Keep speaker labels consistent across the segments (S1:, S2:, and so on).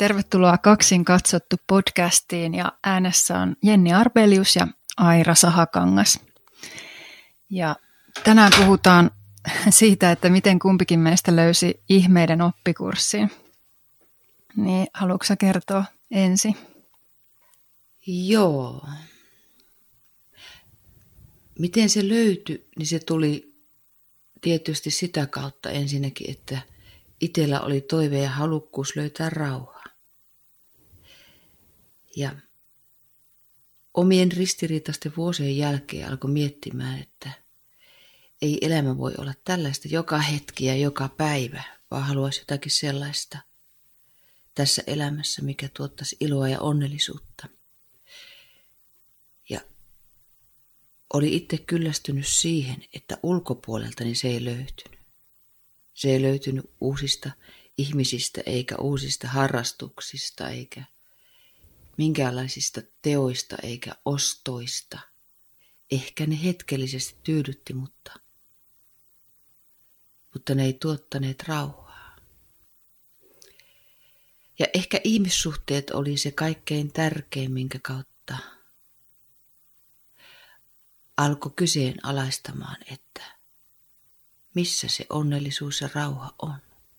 S1: tervetuloa Kaksin katsottu podcastiin ja äänessä on Jenni Arbelius ja Aira Sahakangas. Ja tänään puhutaan siitä, että miten kumpikin meistä löysi ihmeiden oppikurssin. Niin haluatko sä kertoa ensin?
S2: Joo. Miten se löytyi, niin se tuli tietysti sitä kautta ensinnäkin, että itsellä oli toive ja halukkuus löytää rauhaa. Ja omien ristiriitaisten vuosien jälkeen alkoi miettimään, että ei elämä voi olla tällaista joka hetki ja joka päivä, vaan haluaisi jotakin sellaista tässä elämässä, mikä tuottaisi iloa ja onnellisuutta. Ja oli itse kyllästynyt siihen, että ulkopuoleltani se ei löytynyt. Se ei löytynyt uusista ihmisistä eikä uusista harrastuksista eikä minkäänlaisista teoista eikä ostoista. Ehkä ne hetkellisesti tyydytti, mutta ne ei tuottaneet rauhaa. Ja ehkä ihmissuhteet oli se kaikkein tärkein, minkä kautta alkoi kyseenalaistamaan, että missä se onnellisuus ja rauha on.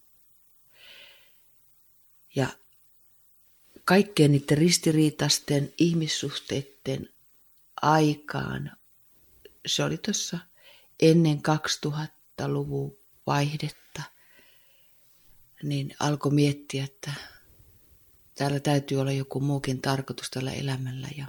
S2: Ja kaikkien niiden ristiriitaisten ihmissuhteiden aikaan, se oli tuossa ennen 2000-luvun vaihdetta, niin alkoi miettiä, että täällä täytyy olla joku muukin tarkoitus tällä elämällä. Ja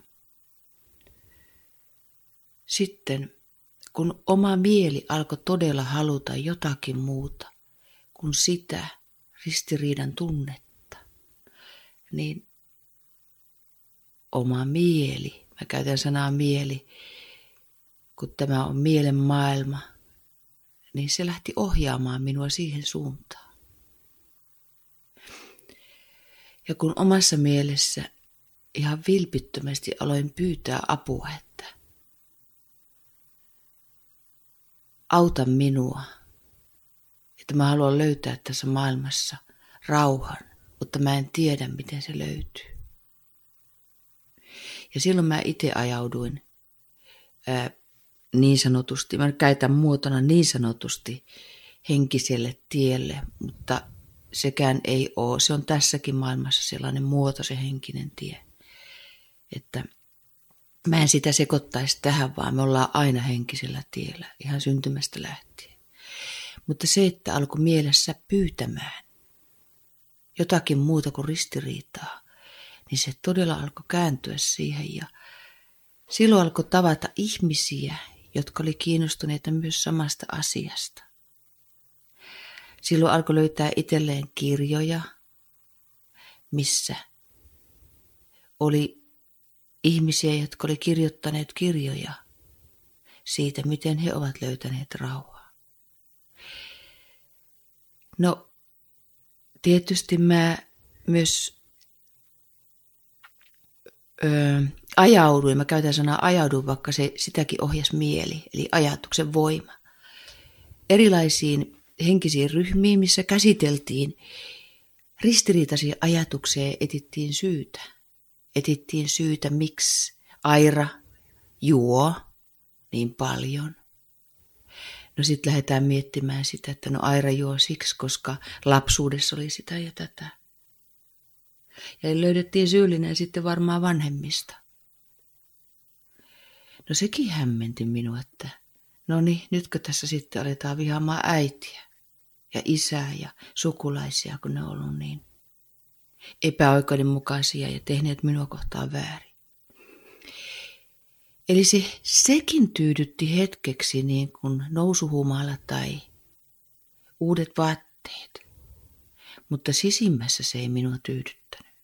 S2: sitten kun oma mieli alkoi todella haluta jotakin muuta kuin sitä ristiriidan tunnetta, niin oma mieli, mä käytän sanaa mieli, kun tämä on mielen maailma, niin se lähti ohjaamaan minua siihen suuntaan. Ja kun omassa mielessä ihan vilpittömästi aloin pyytää apua, että auta minua, että mä haluan löytää tässä maailmassa rauhan, mutta mä en tiedä, miten se löytyy. Ja silloin mä itse ajauduin niin sanotusti, mä käytän muotona niin sanotusti henkiselle tielle, mutta sekään ei ole, se on tässäkin maailmassa sellainen muoto, se henkinen tie, että mä en sitä sekoittaisi tähän, vaan me ollaan aina henkisellä tiellä, ihan syntymästä lähtien. Mutta se, että alkoi mielessä pyytämään jotakin muuta kuin ristiriitaa, niin se todella alkoi kääntyä siihen. Ja silloin alkoi tavata ihmisiä, jotka oli kiinnostuneita myös samasta asiasta. Silloin alkoi löytää itselleen kirjoja, missä oli ihmisiä, jotka oli kirjoittaneet kirjoja siitä, miten he ovat löytäneet rauhaa. No, tietysti mä myös ajauduin, mä käytän sanaa ajauduin, vaikka se sitäkin ohjasi mieli, eli ajatuksen voima. Erilaisiin henkisiin ryhmiin, missä käsiteltiin ristiriitaisia ajatuksia ja etittiin syytä. Etittiin syytä, miksi Aira juo niin paljon. No sitten lähdetään miettimään sitä, että no Aira juo siksi, koska lapsuudessa oli sitä ja tätä. Ja löydettiin syyllinen sitten varmaan vanhemmista. No sekin hämmenti minua, että no niin, nytkö tässä sitten aletaan vihaamaan äitiä ja isää ja sukulaisia, kun ne on ollut niin epäoikeudenmukaisia ja tehneet minua kohtaan väärin. Eli sekin tyydytti hetkeksi niin kuin nousuhumala tai uudet vaatteet, mutta sisimmässä se ei minua tyydyttänyt.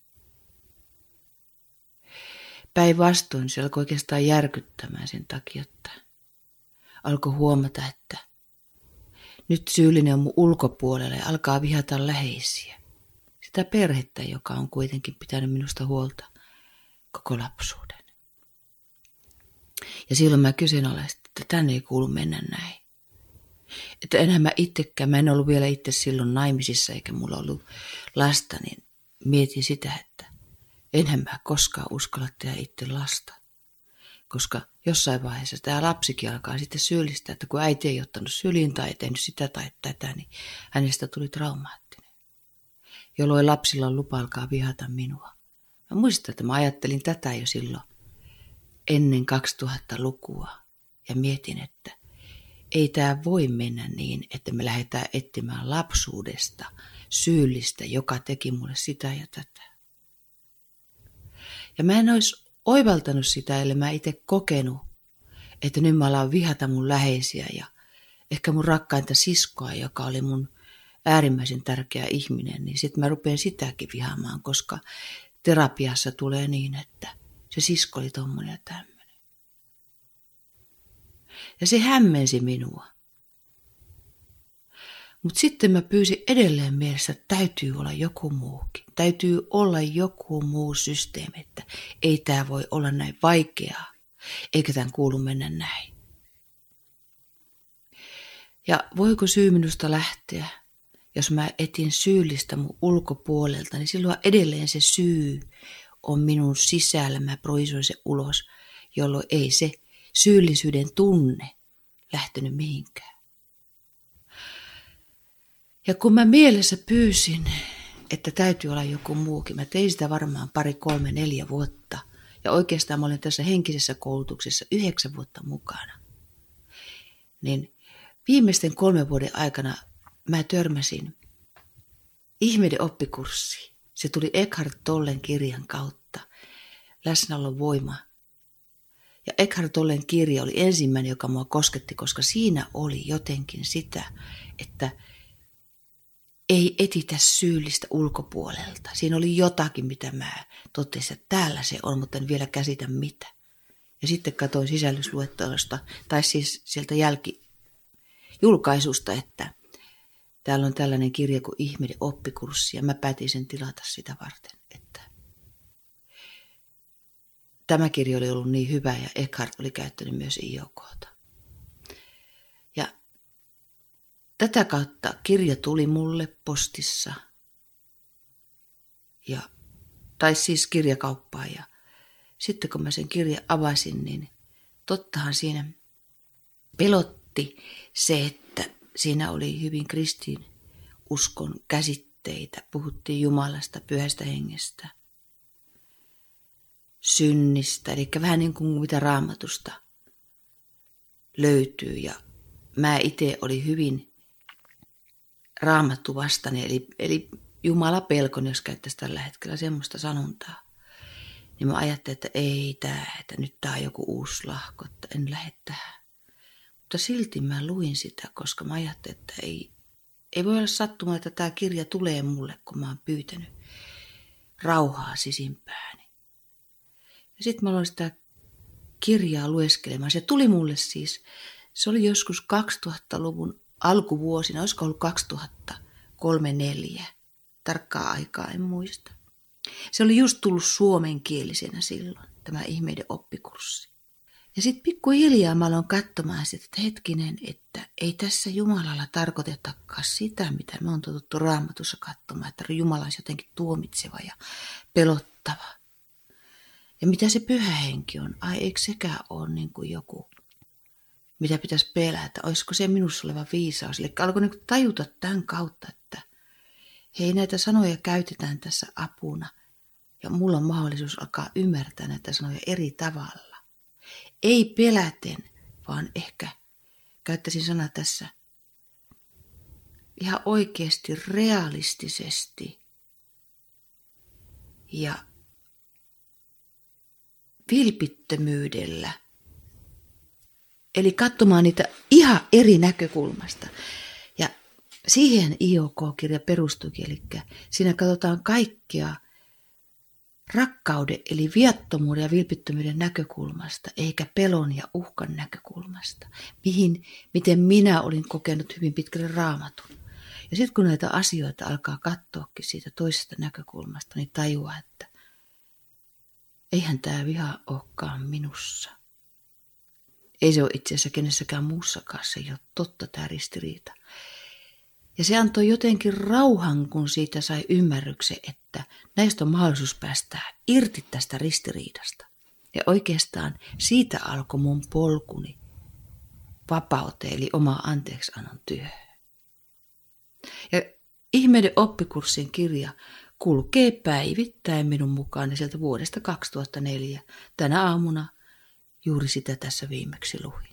S2: Päinvastoin se alkoi oikeastaan järkyttämään sen takia, että alkoi huomata, että nyt syyllinen on mun ulkopuolella ja alkaa vihata läheisiä. Sitä perhettä, joka on kuitenkin pitänyt minusta huolta koko lapsuuden. Ja silloin mä kyseenalaistin, että tänne ei kuulu mennä näin. Että enhän mä itsekään, mä en ollut vielä itse silloin naimisissa eikä mulla ollut lasta, niin mietin sitä, että enhän mä koskaan uskalla tehdä itse lasta. Koska jossain vaiheessa tämä lapsikin alkaa sitten syyllistää, että kun äiti ei ottanut syliin tai ei tehnyt sitä tai tätä, niin hänestä tuli traumaattinen. Jolloin lapsilla on lupa alkaa vihata minua. Mä muistan, että mä ajattelin tätä jo silloin ennen 2000-lukua ja mietin, että ei tämä voi mennä niin, että me lähdetään etsimään lapsuudesta syyllistä, joka teki mulle sitä ja tätä. Ja mä en olisi oivaltanut sitä, ellei mä itse kokenut, että nyt mä alan vihata mun läheisiä ja ehkä mun rakkainta siskoa, joka oli mun äärimmäisen tärkeä ihminen, niin sitten mä rupean sitäkin vihaamaan, koska terapiassa tulee niin, että se sisko oli tommonen ja tämmöinen. Ja se hämmensi minua. Mutta sitten mä pyysin edelleen mielessä, että täytyy olla joku muukin. Täytyy olla joku muu systeemi, että ei tämä voi olla näin vaikeaa, eikä tämän kuulu mennä näin. Ja voiko syy minusta lähteä, jos mä etin syyllistä mun ulkopuolelta, niin silloin edelleen se syy on minun sisällä, mä projisoin se ulos, jolloin ei se syyllisyyden tunne lähtenyt mihinkään. Ja kun mä mielessä pyysin, että täytyy olla joku muukin, mä tein sitä varmaan 2, 3, 4 vuotta. Ja oikeastaan mä olin tässä henkisessä koulutuksessa 9 vuotta mukana. Niin viimeisten 3 vuoden aikana mä törmäsin ihmeiden oppikurssiin. Se tuli Eckhart Tollen kirjan kautta, Läsnäolon voima. Ja Eckhart Tollen kirja oli ensimmäinen, joka mua kosketti, koska siinä oli jotenkin sitä, että ei etitä syyllistä ulkopuolelta. Siinä oli jotakin, mitä mä totesin, että täällä se on, mutta en vielä käsitä mitä. Ja sitten katsoin sisällysluettelosta, tai siis sieltä jälkijulkaisusta, että täällä on tällainen kirja kuin Ihmeiden oppikurssi, ja mä päätin sen tilata sitä varten, että tämä kirja oli ollut niin hyvä, ja Eckhart oli käyttänyt myös IOK:ta. Ja tätä kautta kirja tuli mulle postissa, tai siis kirjakauppaan, ja sitten kun mä sen kirjan avasin, niin tottahan siinä pelotti se, että siinä oli hyvin kristinuskon käsitteitä. Puhuttiin Jumalasta, Pyhästä Hengestä, synnistä, eli vähän niin kuin mitä Raamatusta löytyy. Ja mä itse olin hyvin raamattuvastainen, eli Jumala pelkoni, jos käyttäisi tällä hetkellä semmoista sanontaa. Niin mä ajattelin, että ei että nyt tää on joku uusi lahko, että en lähde tähän. Mutta silti mä luin sitä, koska mä ajattelin, että ei voi olla sattumaa, että tämä kirja tulee mulle, kun mä oon pyytänyt rauhaa sisimpääni. Ja sitten mä aloin sitä kirjaa lueskelemaan. Se tuli mulle siis, se oli joskus 2000-luvun alkuvuosina, olisiko ollut 2003-2004. Tarkkaa aikaa en muista. Se oli just tullut suomenkielisenä silloin, tämä Ihmeiden oppikurssi. Ja sitten pikkuhiljaa mä aloin katsomaan sitä, että hetkinen, että ei tässä Jumalalla tarkoitetakaan sitä, mitä me on totuttu Raamatussa katsomaan, että Jumala olisi jotenkin tuomitseva ja pelottava. Ja mitä se pyhä henki on? Ai eikö sekään ole niin kuin joku, mitä pitäisi pelätä? Olisiko se minussa oleva viisaus? Eli alkoi niin kuin tajuta tämän kautta, että hei, näitä sanoja käytetään tässä apuna. Ja mulla on mahdollisuus alkaa ymmärtää näitä sanoja eri tavalla. Ei peläten, vaan ehkä käyttäisin sanaa tässä ihan oikeasti realistisesti ja vilpittömyydellä. Eli katsomaan niitä ihan eri näkökulmasta. Ja siihen IOK-kirja perustuikin, eli siinä katsotaan kaikkea rakkauden eli viattomuuden ja vilpittömyyden näkökulmasta, eikä pelon ja uhkan näkökulmasta, miten minä olin kokenut hyvin pitkälle Raamatun. Ja sitten kun näitä asioita alkaa katsoakin siitä toisesta näkökulmasta, niin tajuaa, että eihän tämä viha olekaan minussa. Ei se ole itse asiassa kenessäkään muussakaan, se ei ole totta tämä ristiriita. Ja se antoi jotenkin rauhan, kun siitä sai ymmärryksen, että että näistä on mahdollisuus päästä irti tästä ristiriidasta. Ja oikeastaan siitä alkoi mun polkuni vapauteen, eli oma anteeksiannon työhön. Ja Ihmeiden oppikurssin kirja kulkee päivittäin minun mukaan sieltä vuodesta 2004. Tänä aamuna juuri sitä tässä viimeksi luin.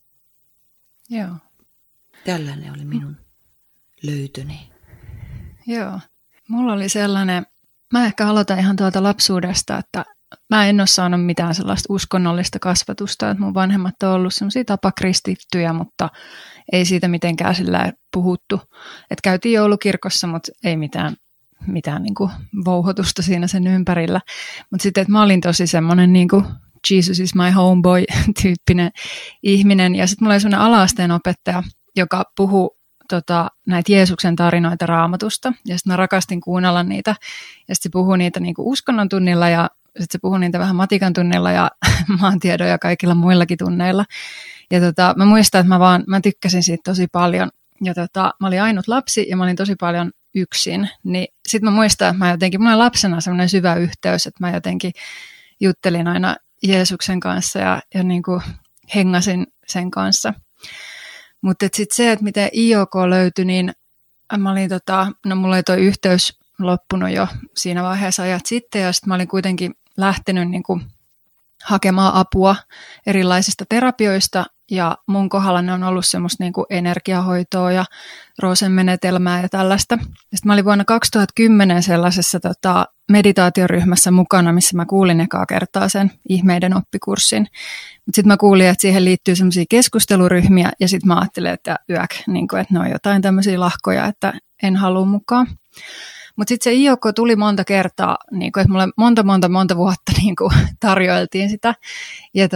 S1: Joo.
S2: Tällainen oli minun löytöni.
S1: Joo. Mulla oli sellainen, mä ehkä aloitan ihan tuolta lapsuudesta, että mä en ole saanut mitään sellaista uskonnollista kasvatusta, että mun vanhemmat on ollut sellaisia tapakristittyjä, mutta ei siitä mitenkään sillä puhuttu. Että käytiin joulukirkossa, mutta ei mitään niin kuin vouhotusta siinä sen ympärillä. Mutta sitten, että mä olin tosi semmoinen niin kuin Jesus is my homeboy-tyyppinen ihminen. Ja sitten mulla oli semmoinen ala-asteen opettaja, joka puhui näitä Jeesuksen tarinoita Raamatusta. Ja sitten mä rakastin kuunnella niitä. Ja sitten se puhui niitä niin kuin uskonnon tunnilla ja sitten se puhui niitä vähän matikan tunnilla ja maantiedon ja kaikilla muillakin tunneilla. Ja mä muistan, että mä tykkäsin siitä tosi paljon. Ja mä olin ainut lapsi ja mä olin tosi paljon yksin. Niin sitten mä muistan, että mulla oli lapsena semmoinen syvä yhteys, että mä jotenkin juttelin aina Jeesuksen kanssa ja niin kuin hengasin sen kanssa. Mutta sitten se, että miten IOK löytyi, niin mä olin mulla oli toi yhteys loppunut jo siinä vaiheessa ajat sitten ja sitten mä olin kuitenkin lähtenyt niin kuin hakemaan apua erilaisista terapioista ja mun kohdalla ne on ollut semmoista niin kuin energiahoitoa ja Rosen-menetelmää ja tällaista. Ja sitten mä olin vuonna 2010 sellaisessa meditaatioryhmässä mukana, missä mä kuulin ekaa kertaa sen Ihmeiden oppikurssin. Mutta sitten mä kuulin, että siihen liittyy semmoisia keskusteluryhmiä ja sitten mä ajattelin, että niin kuin, että ne on jotain tämmöisiä lahkoja, että en halua mukaan. Mutta sitten se IOK tuli monta kertaa, niin kuin, että mulle monta vuotta niin kuin tarjoiltiin sitä. Ja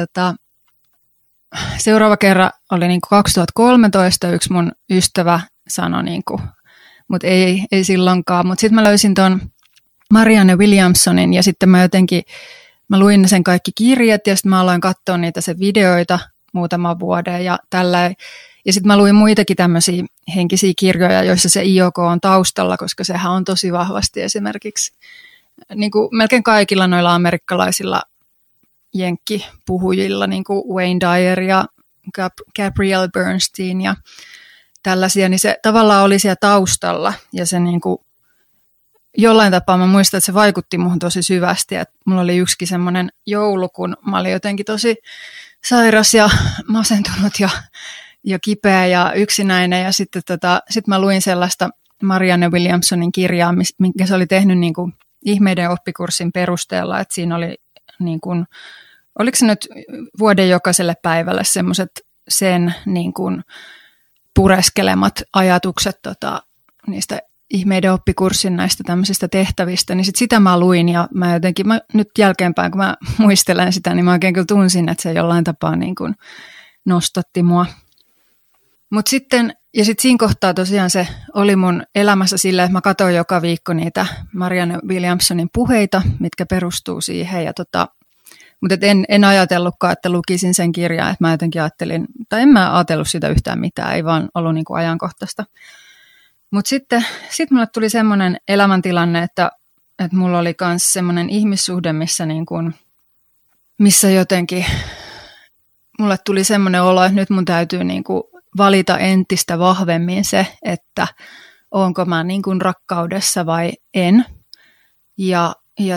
S1: seuraava kerran oli niin kuin 2013, yksi mun ystävä sanoi, niin mutta ei silloinkaan. Mutta sitten mä löysin ton Marianne Williamsonin ja sitten mä luin sen kaikki kirjat ja sitten mä aloin katsoa niitä sen videoita muutaman vuoden ja tällä. Ja sitten mä luin muitakin tämmöisiä henkisiä kirjoja, joissa se IOK on taustalla, koska sehän on tosi vahvasti esimerkiksi niin kuin melkein kaikilla noilla amerikkalaisilla jenkkipuhujilla, niin kuin Wayne Dyer ja Gabrielle Bernstein ja tällaisia, niin se tavallaan oli siellä taustalla ja se niin kuin jollain tapaa mä muistan, että se vaikutti muhun tosi syvästi, että mulla oli yksikin semmoinen joulu, kun mä olin jotenkin tosi sairas ja masentunut ja kipeä ja yksinäinen ja sitten sit mä luin sellaista Marianne Williamsonin kirjaa, minkä se oli tehnyt niin kuin Ihmeiden oppikurssin perusteella, että siinä oli niin kuin, oliko se nyt vuoden jokaiselle päivälle semmoiset sen niin kuin pureskelemat ajatukset niistä Ihmeiden oppikurssin näistä tämmöisistä tehtävistä, niin sitä mä luin ja mä nyt jälkeenpäin, kun mä muistelen sitä, niin mä oikein kyllä tunsin, että se jollain tapaa niin kuin nostatti mua. Mutta sitten siinä kohtaa tosiaan se oli mun elämässä sillä, että mä katsoin joka viikko niitä Marianne Williamsonin puheita, mitkä perustuu siihen. Mutta en ajatellutkaan, että lukisin sen kirjan, että mä jotenkin ajattelin, tai en mä ajatellut sitä yhtään mitään, ei vaan ollut niinku ajankohtaista. Mutta sitten mulle tuli semmoinen elämäntilanne, että mulla oli myös semmoinen ihmissuhde, missä jotenkin mulle tuli semmoinen olo, että nyt mun täytyy niinku valita entistä vahvemmin se, että onko mä niin kuin rakkaudessa vai en. Ja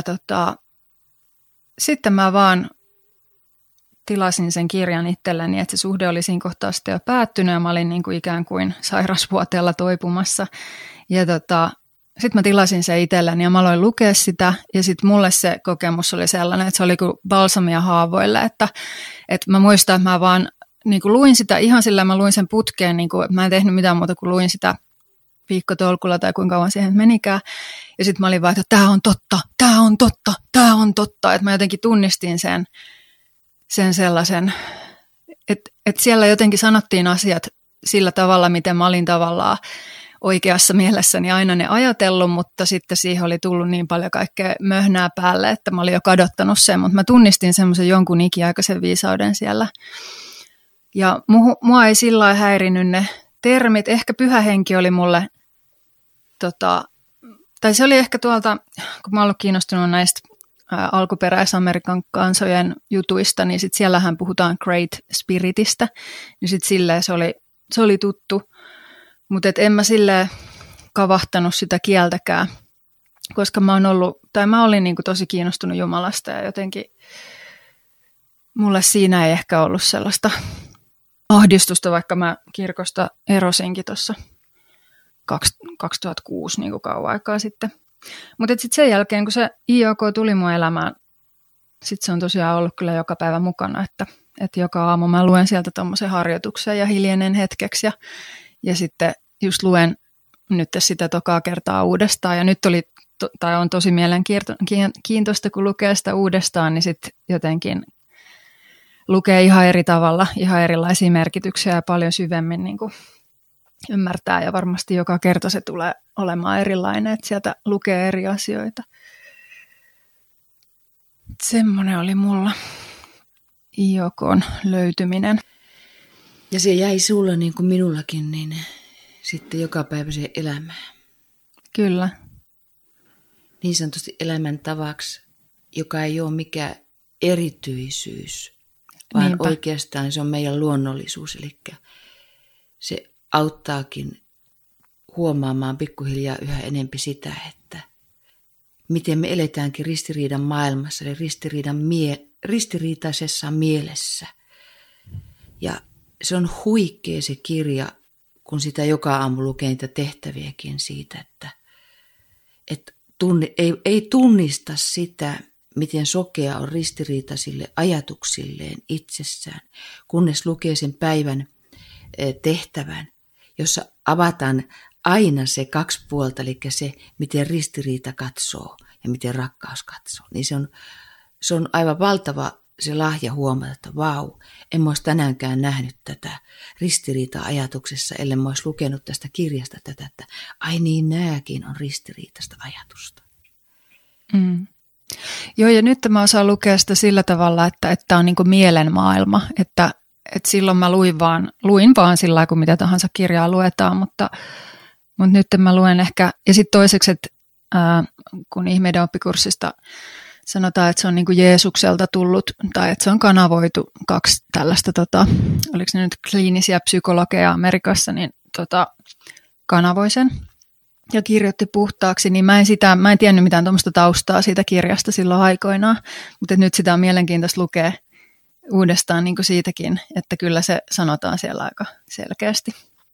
S1: sitten mä vaan tilasin sen kirjan itselleni, että se suhde oli siinä kohtaa sitten jo päättynyt ja mä olin niin kuin ikään kuin sairasvuoteella toipumassa. Ja sitten mä tilasin sen itselleni ja mä aloin lukea sitä ja sitten mulle se kokemus oli sellainen, että se oli kuin balsamia haavoille, että mä muistan, että mä vaan niin kuin luin sitä ihan sillä, mä luin sen putkeen, niin kuin, mä en tehnyt mitään muuta kuin luin sitä viikkotolkulla tai kuinka kauan siihen menikään. Ja sitten mä olin vaan, että tämä on totta, tämä on totta, tämä on totta. Että mä jotenkin tunnistin sen sellaisen, että siellä jotenkin sanottiin asiat sillä tavalla, miten mä olin tavallaan oikeassa mielessäni aina ne ajatellut, mutta sitten siihen oli tullut niin paljon kaikkea möhnää päälle, että mä olin jo kadottanut sen, mutta mä tunnistin semmoisen jonkun ikiaikaisen viisauden siellä. Ja mua ei sillä lailla häirinyt ne termit. Ehkä pyhä henki oli mulle Tai se oli ehkä tuolta, kun mä oon ollut kiinnostunut näistä alkuperäis-Amerikan kansojen jutuista, niin sitten siellähän puhutaan Great Spiritistä, niin sitten silleen se oli tuttu, mutta en mä silleen kavahtanut sitä kieltäkään, koska mä olin niinku tosi kiinnostunut Jumalasta ja jotenkin mulle siinä ei ehkä ollut sellaista ahdistusta, vaikka mä kirkosta erosinkin tuossa 2006 niin kuin kauan aikaa sitten. Mutta sitten sen jälkeen, kun se IOK tuli mun elämään, sitten se on tosiaan ollut kyllä joka päivä mukana, että joka aamu mä luen sieltä tommosen harjoituksen ja hiljenen hetkeksi ja sitten just luen nyt sitä tokaa kertaa uudestaan ja nyt on tosi mielenkiintoista, kun lukee sitä uudestaan, niin sitten jotenkin lukee ihan eri tavalla, ihan erilaisia merkityksiä ja paljon syvemmin niin kuin ymmärtää ja varmasti joka kerta se tulee olemaan erilainen, että sieltä lukee eri asioita. Semmoinen oli mulla IOK:n löytyminen.
S2: Ja se jäi sulla niin kuin minullakin niin sitten jokapäiväiseen elämään.
S1: Kyllä.
S2: Niin sanotusti elämäntavaksi, joka ei ole mikään erityisyys, vaan
S1: Niinpä.
S2: oikeastaan se on meidän luonnollisuus. Eli se auttaakin huomaamaan pikkuhiljaa yhä enempi sitä, että miten me eletäänkin ristiriidan maailmassa, eli ristiriitaisessa mielessä. Ja se on huikea se kirja, kun sitä joka aamu lukee niitä tehtäviäkin siitä, että ei tunnista sitä, miten sokea on ristiriitaisille ajatuksilleen itsessään, kunnes lukee sen päivän tehtävän, jossa avataan aina se kaksi puolta, eli se, miten ristiriita katsoo ja miten rakkaus katsoo. Niin se on aivan valtava se lahja huomata, että vau, en mä olisi tänäänkään nähnyt tätä ristiriitaa ajatuksessa, ellei mä olisi lukenut tästä kirjasta tätä, että ai niin, nääkin on ristiriitaista ajatusta.
S1: Mm. Joo, ja nyt mä osaan lukea sitä sillä tavalla, että on niin kuin mielenmaailma, että silloin mä luin vaan sillä lailla, kun mitä tahansa kirjaa luetaan, mutta nyt mä luen ehkä, ja sitten toiseksi, että kun ihmeiden oppikurssista sanotaan, että se on niin kuin Jeesukselta tullut, tai että se on kanavoitu 2 tällaista, oliko ne nyt kliinisiä psykologeja Amerikassa, niin kanavoi sen ja kirjoitti puhtaaksi, niin mä en tiennyt mitään tuommoista taustaa siitä kirjasta silloin aikoinaan, mutta nyt sitä on mielenkiintoista lukea uudestaan niin kuin siitäkin, että kyllä se sanotaan siellä aika selkeästi.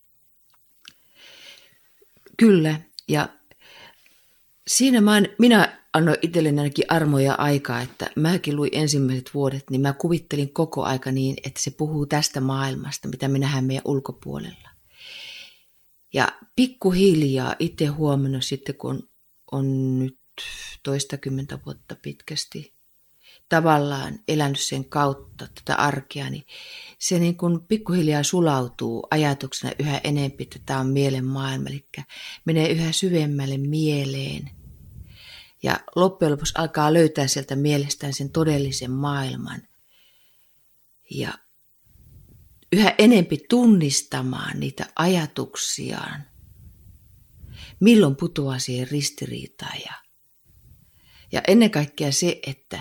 S2: Kyllä, ja siinä minä annoin itselleni ainakin armoja ja aikaa, että mäkin luin ensimmäiset vuodet, niin mä kuvittelin koko aika niin, että se puhuu tästä maailmasta, mitä me nähdään meidän ulkopuolella. Ja pikkuhiljaa itse huomannut sitten, kun on nyt 20 vuotta pitkästi tavallaan elänyt sen kautta tätä arkea, niin se niin kuin pikkuhiljaa sulautuu ajatuksena yhä enempi, että tämä on mielen maailma, eli menee yhä syvemmälle mieleen. Ja loppujen lopuksi alkaa löytää sieltä mielestään sen todellisen maailman. Ja yhä enempi tunnistamaan niitä ajatuksiaan, milloin putoaa siihen ristiriitaan. Ja ennen kaikkea se, että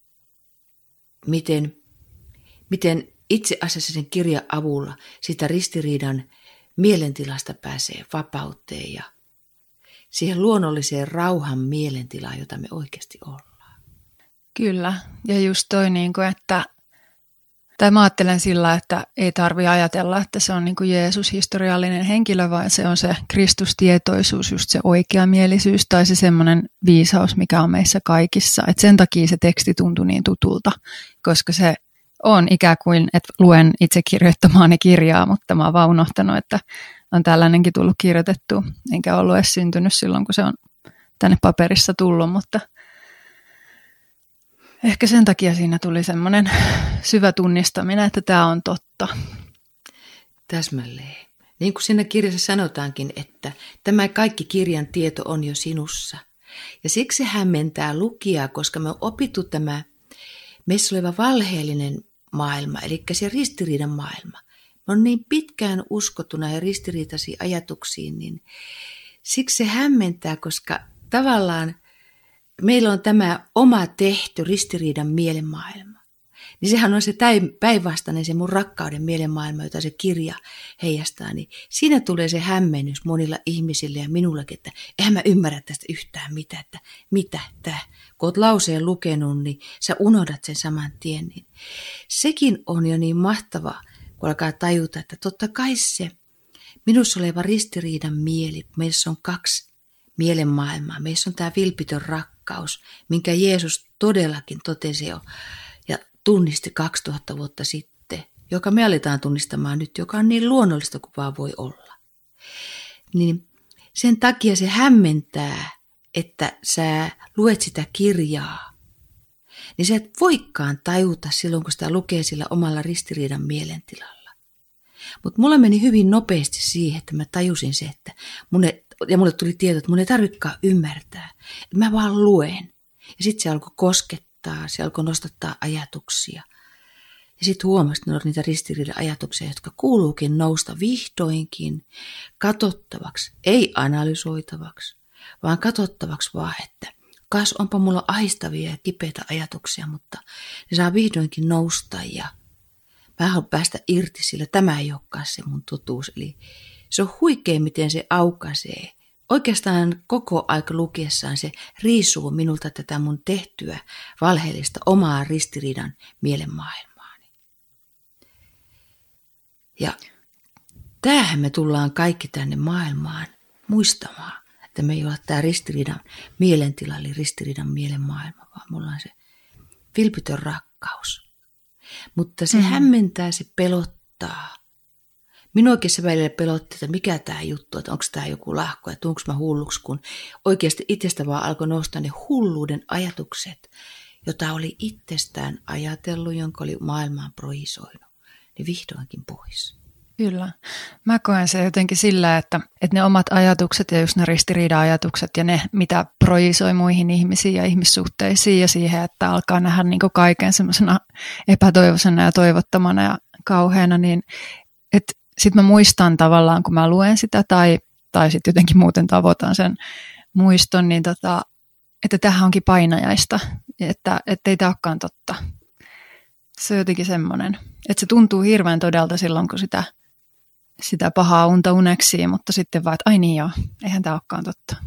S2: miten itse asiassa sen kirjan avulla sitä ristiriidan mielentilasta pääsee vapauteen ja siihen luonnolliseen rauhan mielentilaan, jota me oikeasti ollaan.
S1: Kyllä, ja just toi, tai mä ajattelen sillä, että ei tarvitse ajatella, että se on niin kuin Jeesus historiallinen henkilö, vaan se on se Kristustietoisuus, just se oikeamielisyys tai se semmoinen viisaus, mikä on meissä kaikissa. Et sen takia se teksti tuntui niin tutulta, koska se on ikään kuin, että luen itse kirjoittamaani kirjaa, mutta mä oon vaan unohtanut, että on tällainenkin tullut kirjoitettua, enkä ollut edes syntynyt silloin, kun se on tänne paperissa tullut, mutta ehkä sen takia siinä tuli semmoinen syvä tunnistaminen, että tämä on totta.
S2: Täsmälleen. Niin kuin siinä kirjassa sanotaankin, että tämä kaikki kirjan tieto on jo sinussa. Ja siksi se hämmentää lukijaa, koska me on opittu tämä meissä oleva valheellinen maailma, eli se ristiriidan maailma. Me on niin pitkään uskottu näihin ristiriitaisiin ajatuksiin, niin siksi se hämmentää, koska tavallaan meillä on tämä oma tehty ristiriidan mielenmaailma. Niin sehän on se päinvastainen, se mun rakkauden mielenmaailma, jota se kirja heijastaa. Niin siinä tulee se hämmennys monilla ihmisillä ja minullakin, että eihän mä ymmärrä tästä yhtään mitään, että mitä tämä. Kun oot lauseen lukenut, niin sä unohdat sen saman tien. Niin sekin on jo niin mahtavaa, kun alkaa tajuta, että totta kai se minussa oleva ristiriidan mieli, meissä on kaksi mielenmaailmaa. Meissä on tämä vilpitön rakkaus, minkä Jeesus todellakin totesi jo ja tunnisti 2000 vuotta sitten, joka me aletaan tunnistamaan nyt, joka on niin luonnollista kuin vaan voi olla. Niin sen takia se hämmentää, että sä luet sitä kirjaa, niin sä et voikaan tajuta silloin, kun sitä lukee sillä omalla ristiriidan mielentilalla. Mutta mulla meni hyvin nopeasti siihen, että mä tajusin se, että mulle tuli tieto, että mun ei tarvitsekaan ymmärtää. Että mä vaan luen. Ja sitten se alkoi koskettaa, se alkoi nostattaa ajatuksia. Ja sitten huomasin, että ne on niitä ristiriidan ajatuksia, jotka kuuluukin nousta vihdoinkin katsottavaksi, ei analysoitavaksi, vaan katsottavaksi vaan, että kas onpa mulla ahistavia ja kipeitä ajatuksia, mutta ne saa vihdoinkin nousta ja mä haluan päästä irti, sillä tämä ei olekaan se mun totuus. Eli se on huikea, miten se aukaisee. Oikeastaan koko aika lukiessaan se riisuu minulta tätä mun tehtyä valheellista omaa ristiriidan mielenmaailmaani. Ja tämähän me tullaan kaikki tänne maailmaan muistamaan, että me ei ole tämä ristiriidan mielentila, eli ristiriidan mielenmaailma, vaan me ollaan se vilpitön rakkaus. Mutta se hämmentää, se pelottaa. Minuakin se välillä pelotti, että mikä tämä juttu, että onko tämä joku lahko ja tuunko mä hulluksi, kun oikeasti itsestä vaan alkoi nousta ne hulluuden ajatukset, jota oli itsestään ajatellut, jonka oli maailmaan projisoinut, niin vihdoinkin pois.
S1: Kyllä. Mä koen se jotenkin sillä, että ne omat ajatukset ja just ne ristiriida-ajatukset ja ne, mitä projisoi muihin ihmisiin ja ihmissuhteisiin ja siihen, että alkaa nähdä niin kuin kaiken semmoisena epätoivoisena ja toivottomana ja kauheana, niin että sitten mä muistan tavallaan, kun mä luen sitä tai sitten jotenkin muuten tavoitan sen muiston, niin että tämähän onkin painajaista, että ei tämä olekaan totta. Se on jotenkin semmoinen, että se tuntuu hirveän todelta silloin, kun sitä pahaa unta uneksii, mutta sitten vaan, että ai niin joo, eihän tämä olekaan totta.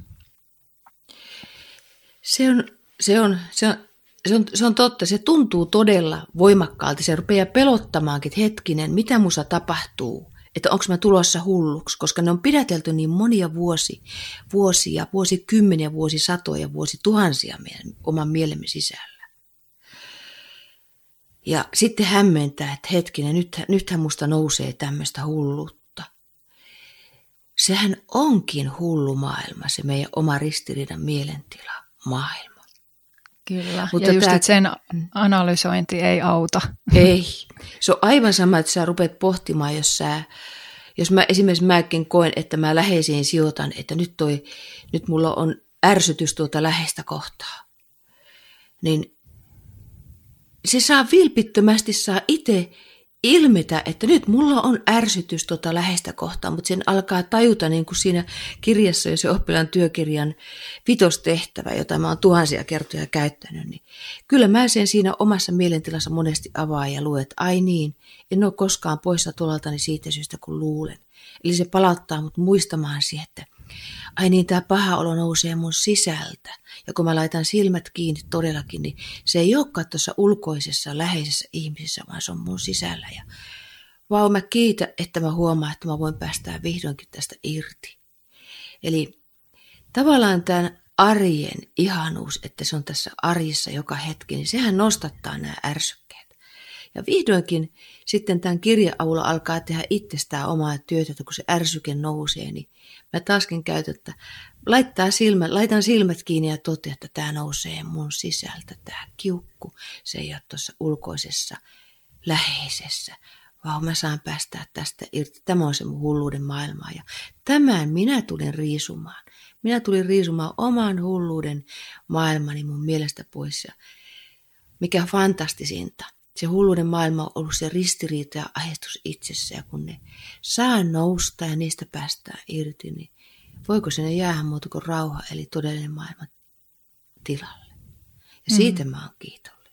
S2: Se on totta, se tuntuu todella voimakkaalta, se rupeaa pelottamaankin, että hetkinen, mitä musta tapahtuu, että onko mä tulossa hulluksi, koska ne on pidätelty niin monia vuosia, vuosikymmeniä, vuosisatoja, vuosituhansia meidän oman mielemme sisällä. Ja sitten hämmentää, että hetkinen, nythän musta nousee tämmöistä hulluutta. Sehän onkin hullu maailma, se meidän oma ristiriidan mielentila maailma.
S1: Kyllä, mutta ja just, että sen analysointi ei auta.
S2: Ei, se on aivan sama, että sä rupeat pohtimaan, jos mä esimerkiksi mäkin koen, että mä läheisiin sijoitan, että nyt mulla on ärsytys tuota läheistä kohtaa, niin se saa vilpittömästi itse ilmetä, että nyt mulla on ärsytys tuota läheistä kohtaa, mutta sen alkaa tajuta niin kuin siinä kirjassa, jos se oppilaan työkirjan 5. tehtävä, jota mä oon tuhansia kertoja käyttänyt, niin kyllä mä sen siinä omassa mielentilassa monesti avaan ja luen, että ai niin, en ole koskaan poissa tuolaltani siitä syystä, kun luulen. Eli se palauttaa mut muistamaan siihen, että ai niin, tämä paha olo nousee mun sisältä. Ja kun mä laitan silmät kiinni todellakin, niin se ei olekaan tuossa ulkoisessa, läheisessä ihmisessä, vaan se on mun sisällä. Ja vau, mä kiitän, että mä huomaan, että mä voin päästää vihdoinkin tästä irti. Eli tavallaan tämän arjen ihanuus, että se on tässä arjessa joka hetki, niin sehän nostattaa nämä ärsykkeet. Ja vihdoinkin sitten tämän kirjan avulla alkaa tehdä itsestään omaa työtä, että kun se ärsyke nousee, niin mä taaskin käytän, että laitan silmät kiinni ja totean, että tämä nousee mun sisältä, tämä kiukku. Se ei ole tuossa ulkoisessa, läheisessä, vaan mä saan päästää tästä irti. Tämä on se mun hulluuden maailma ja tämän minä tulin riisumaan. Minä tulin riisumaan oman hulluuden maailmani mun mielestä pois ja mikä fantastisinta. Se hulluuden maailma on ollut se ristiriita ja ahdistus itsessä ja kun ne saa nousta ja niistä päästään irti, niin voiko sinne jäädä muuta kuin rauha, eli todellinen maailman tilalle. Ja siitä mä oon kiitollinen.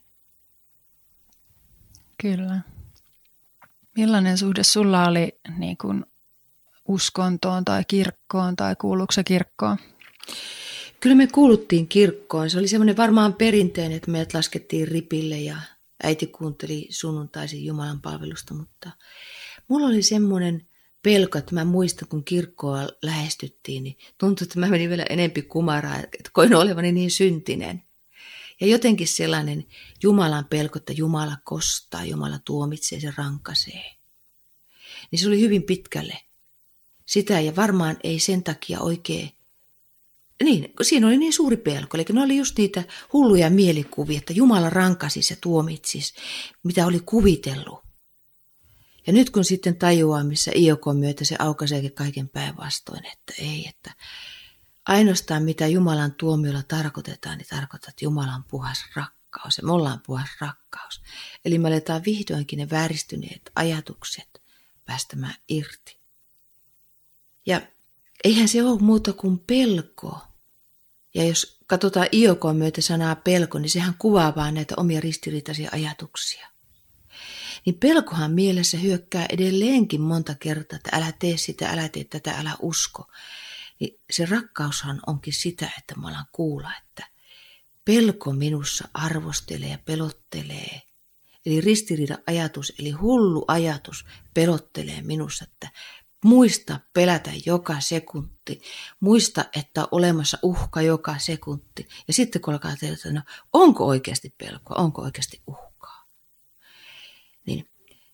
S1: Kyllä. Millainen suhde sulla oli niin kuin uskontoon tai kirkkoon tai kuuluuko se kirkkoon?
S2: Kyllä me kuuluttiin kirkkoon. Se oli semmoinen varmaan perinteinen, että meidät laskettiin ripille ja äiti kuunteli sunnuntaisin Jumalan palvelusta, mutta mulla oli semmoinen pelko, että mä muistan, kun kirkkoa lähestyttiin, niin tuntui, että mä menin vielä enempi kumaraan, että koin olevani niin syntinen. Ja jotenkin sellainen Jumalan pelko, että Jumala kostaa, Jumala tuomitsee, se rankaisee. Niin se oli hyvin pitkälle sitä ja varmaan ei sen takia oikein. Niin, siinä oli niin suuri pelko, eli ne oli just niitä hulluja mielikuvia, että Jumala rankasisi ja tuomitsisi, mitä oli kuvitellut. Ja nyt kun sitten tajuaa, missä Iokon myötä se aukaiseekin kaiken päinvastoin, että ei, että ainoastaan mitä Jumalan tuomiolla tarkoitetaan, niin tarkoittaa, että Jumalan puhas rakkaus ja me ollaan puhas rakkaus. Eli me aletaan vihdoinkin ne vääristyneet ajatukset päästämään irti. Ja eihän se ole muuta kuin pelko. Ja jos katsotaan Iokon myötä sanaa pelko, niin sehän kuvaa vaan näitä omia ristiriitaisia ajatuksia. Niin pelkohan mielessä hyökkää edelleenkin monta kertaa, että älä tee sitä, älä tee tätä, älä usko. Niin se rakkaushan onkin sitä, että me ollaan kuulla, että pelko minussa arvostelee ja pelottelee. Eli ristiriita ajatus, eli hullu ajatus pelottelee minussa, että muista pelätä joka sekunti. Muista, että on olemassa uhka joka sekunti. Ja sitten kun alkaa tehdä, että no, onko oikeasti pelkoa, onko oikeasti uhkaa. Niin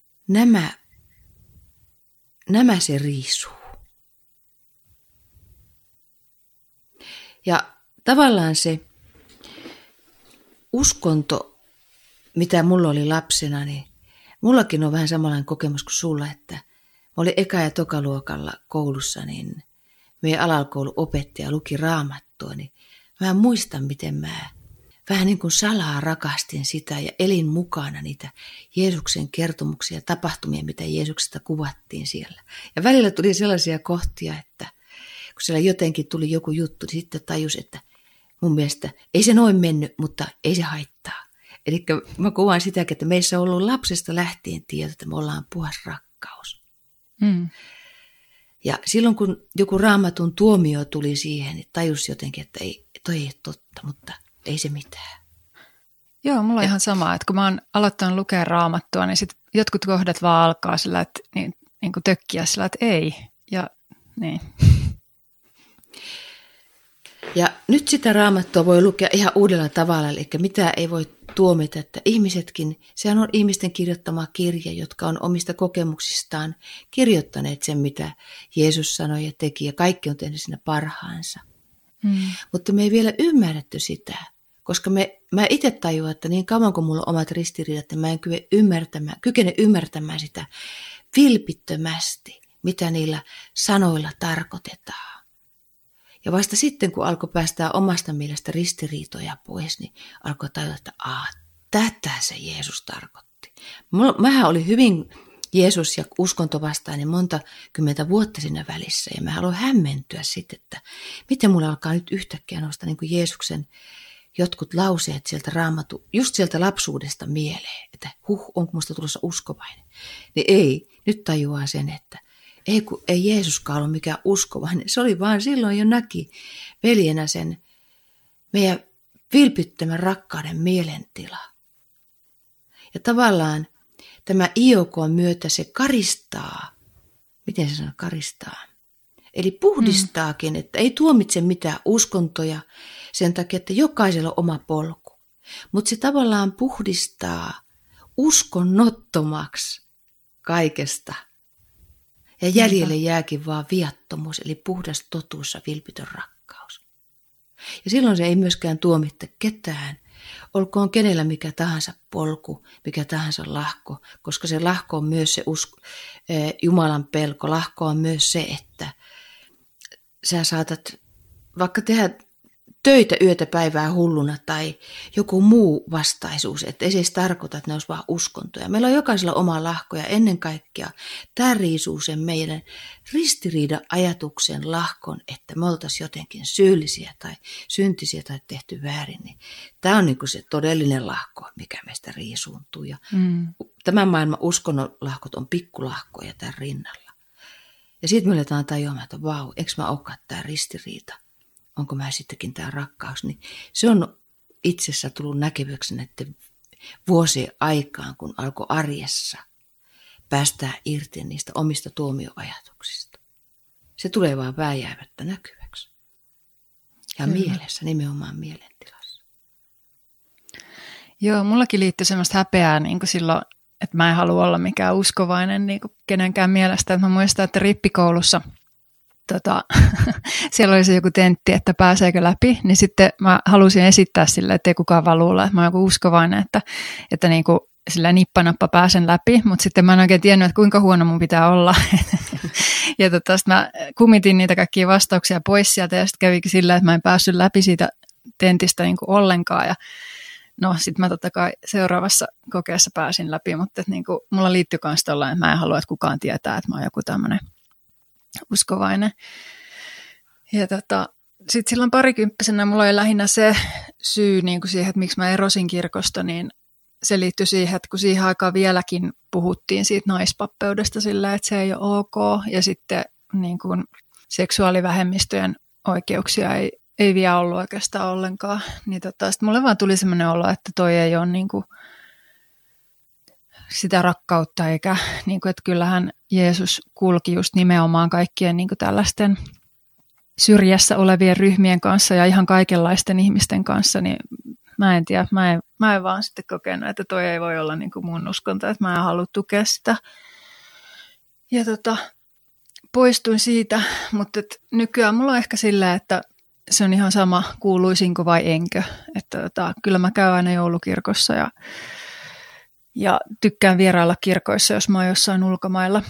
S2: nämä se riisuu. Ja tavallaan se uskonto, mitä mulla oli lapsena, niin mullakin on vähän samanlainen kokemus kuin sulla, että mä olin eka- ja tokaluokalla koulussa, niin meidän alakouluopettaja luki Raamattua, niin mä muistan, miten mä vähän niin kuin salaa rakastin sitä ja elin mukana niitä Jeesuksen kertomuksia ja tapahtumia, mitä Jeesuksesta kuvattiin siellä. Ja välillä tuli sellaisia kohtia, että kun siellä jotenkin tuli joku juttu, niin sitten tajus, että mun mielestä ei se noin mennyt, mutta ei se haittaa. Eli mä kuvaan sitäkin, että meissä on ollut lapsesta lähtien tieto, että me ollaan puhas rakkaus. Ja silloin kun joku Raamatun tuomio tuli siihen, niin tajus jotenkin, että ei, toi ei ole totta, mutta ei se mitään.
S1: Joo, mulla on ihan sama, että kun mä oon aloittanut lukea Raamattua, niin sit jotkut kohdat vaan alkaa sillä, että niin kuin tökkiä sillä, että ei. Ja niin.
S2: Ja nyt sitä Raamattua voi lukea ihan uudella tavalla, eli mitä ei voi tuomita, että ihmisetkin, sehän on ihmisten kirjoittama kirja, jotka on omista kokemuksistaan kirjoittaneet sen, mitä Jeesus sanoi ja teki, ja kaikki on tehnyt siinä parhaansa. Mutta me ei vielä ymmärretty sitä, koska mä itse tajuan, että niin kauan kuin mulla on omat ristiriidat, että mä en kykene ymmärtämään sitä vilpittömästi, mitä niillä sanoilla tarkoitetaan. Ja vasta sitten, kun alkoi päästää omasta mielestä ristiriitoja pois, niin alkoi tajuta, että tätä se Jeesus tarkoitti. Mähän oli hyvin Jeesus ja uskonto vastainen monta kymmentä vuotta siinä välissä. Ja mä haluan hämmentyä sitten, että miten mulla alkaa nyt yhtäkkiä nousta niin kuin Jeesuksen jotkut lauseet sieltä Raamattu, just sieltä lapsuudesta mieleen, että onko musta tulossa uskovainen. Niin ei, nyt tajuaa sen, että ei Jeesuskaan ollut mikään uskovainen. Se oli vaan silloin jo näki veljenä sen meidän vilpittömän rakkauden mielentila. Ja tavallaan tämä Iokon myötä se karistaa, miten se sanoo karistaa? Eli puhdistaakin, että ei tuomitse mitään uskontoja sen takia, että jokaisella on oma polku. Mutta se tavallaan puhdistaa uskonnottomaksi kaikesta. Ja jäljelle jääkin vaan viattomuus, eli puhdas totuus ja vilpitön rakkaus. Ja silloin se ei myöskään tuomitta ketään, olkoon kenellä mikä tahansa polku, mikä tahansa lahko, koska se lahko on myös se Jumalan pelko. Lahko on myös se, että sä saatat vaikka tehdä töitä yötä päivää hulluna tai joku muu vastaisuus. Että ei se edes tarkoita, että ne olisi vaan uskontoja. Meillä on jokaisella oma lahko ja ennen kaikkea tämä riisuu sen meidän ristiriida-ajatuksen lahkon, että me oltaisiin jotenkin syyllisiä tai syntisiä tai tehty väärin. Niin tämä on niin kuin se todellinen lahko, mikä meistä riisuuntuu. Ja tämän maailman uskonnon lahkot on pikkulahkoja tämän rinnalla. Ja sitten me aletaan tajuamaan, että vau, eikö mä olekaan tämä ristiriita? Onko mä sittenkin tämä rakkaus? Niin se on itsessä tullut näkeväksi näiden vuosien aikaan, kun alkoi arjessa päästää irti niistä omista tuomioajatuksista. Se tulee vaan vääjäämättä näkyväksi. Ja mielessä, nimenomaan mielentilassa.
S1: Joo, mullakin liittyy semmoista häpeää niin kuin silloin, että mä en halua olla mikään uskovainen niin kuin kenenkään mielestä. Että mä muistan, että rippikoulussa siellä oli se joku tentti, että pääseekö läpi, niin sitten mä halusin esittää sille, että ei kukaan vaan luulla, että mä oon joku uskovainen, että niin kuin sillä nippanappa pääsen läpi, mutta sitten mä en oikein tiennyt, että kuinka huono mun pitää olla. Ja sitten mä kumitin niitä kaikkia vastauksia pois sieltä ja sitten kävikin sillä, että mä en päässyt läpi siitä tentistä niin kuin ollenkaan ja no sitten mä totta kai seuraavassa kokeessa pääsin läpi, mutta että niin kuin, mulla liittyy myös tollain, että mä en halua, että kukaan tietää, että mä oon joku tämmöinen uskovainen. Ja sitten silloin parikymppisenä mulla oli lähinnä se syy niin kuin siihen, että miksi mä erosin kirkosta, niin se liittyi siihen, että kun siihen aikaan vieläkin puhuttiin siitä naispappeudesta sillä, että se ei ole ok, ja sitten niin kuin seksuaalivähemmistöjen oikeuksia ei vielä ollut oikeastaan ollenkaan, niin sitten mulle vaan tuli semmoinen olo, että toi ei ole niin kuin sitä rakkautta, eikä niin kuin, että kyllähän Jeesus kulki just nimenomaan kaikkien niin kuin tällaisten syrjässä olevien ryhmien kanssa ja ihan kaikenlaisten ihmisten kanssa, niin mä en tiedä, mä en vaan sitten kokenut, että toi ei voi olla niin kuin mun uskonto, että mä en halua tukea sitä. Ja poistuin siitä, mutta nykyään mulla on ehkä sillä, että se on ihan sama, kuuluisinko vai enkö. Että kyllä mä käyn aina joulukirkossa ja tykkään vierailla kirkoissa, jos mä oon jossain ulkomailla.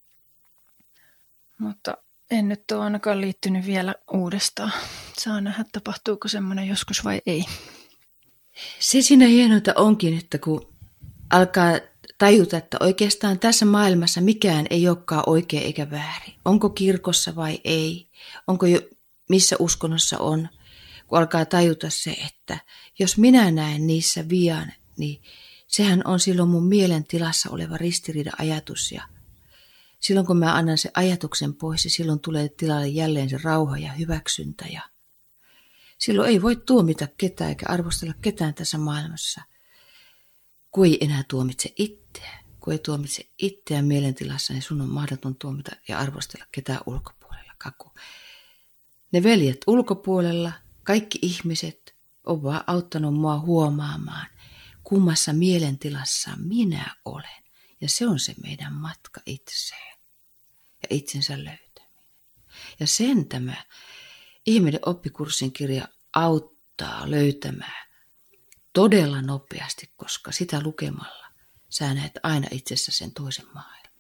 S1: Mutta en nyt ole ainakaan liittynyt vielä uudestaan. Saa nähdä, tapahtuuko semmoinen joskus vai ei.
S2: Se siinä hienointa onkin, että kun alkaa tajuta, että oikeastaan tässä maailmassa mikään ei olekaan oikein eikä väärin. Onko kirkossa vai ei? Onko jo missä uskonnossa on? Kun alkaa tajuta se, että jos minä näen niissä vian, niin sehän on silloin mun mielentilassa oleva ristiriida-ajatus. Ja silloin kun mä annan sen ajatuksen pois, niin silloin tulee tilalle jälleen se rauha ja hyväksyntä. Ja silloin ei voi tuomita ketään eikä arvostella ketään tässä maailmassa, kun ei enää tuomitse itseä. Kun ei tuomitse itseään mielentilassa, niin sun on mahdoton tuomita ja arvostella ketään ulkopuolella. Kun ne veljet ulkopuolella, kaikki ihmiset on vaan auttanut mua huomaamaan, kummassa mielentilassa minä olen. Ja se on se meidän matka itseen ja itsensä löytäminen. Ja sen tämä ihminen oppikurssin kirja auttaa löytämään todella nopeasti, koska sitä lukemalla sä näet aina itsessä sen toisen maailman.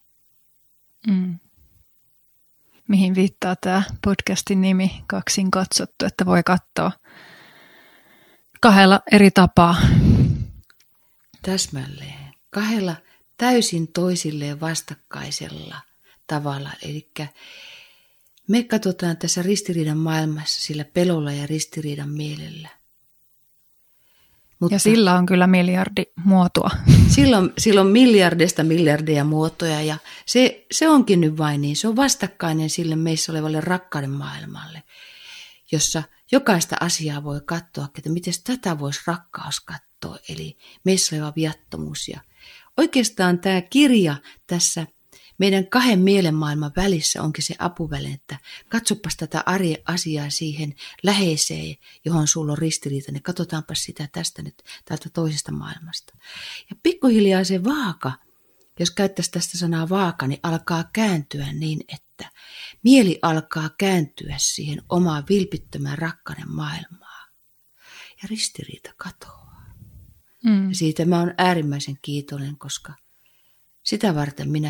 S1: Mihin viittaa tämä podcastin nimi, Kaksin katsottu, että voi katsoa kahdella eri tapaa.
S2: Täsmälleen. Kahdella täysin toisilleen vastakkaisella tavalla. Eli me katsotaan tässä ristiriidan maailmassa sillä pelolla ja ristiriidan mielellä.
S1: Mutta ja sillä on kyllä miljardi muotoa.
S2: Silloin miljardeja muotoja ja se onkin nyt vain niin. Se on vastakkainen sille meissä olevalle rakkauden maailmalle, jossa jokaista asiaa voi katsoa, että miten tätä voisi rakkaus katsoa. Eli meissä oleva viattomuus. Ja oikeastaan tämä kirja tässä meidän kahden mielenmaailman välissä onkin se apuväline, että katsopas tätä asiaa siihen läheiseen, johon sulla on ristiriita, niin katsotaanpas sitä tästä nyt täältä toisesta maailmasta. Ja pikkuhiljaa se vaaka, jos käyttäisi tästä sanaa vaaka, niin alkaa kääntyä niin, että mieli alkaa kääntyä siihen omaan vilpittömään rakkauden maailmaan. Ja ristiriita katoaa. Ja siitä mä oon äärimmäisen kiitollinen, koska sitä varten minä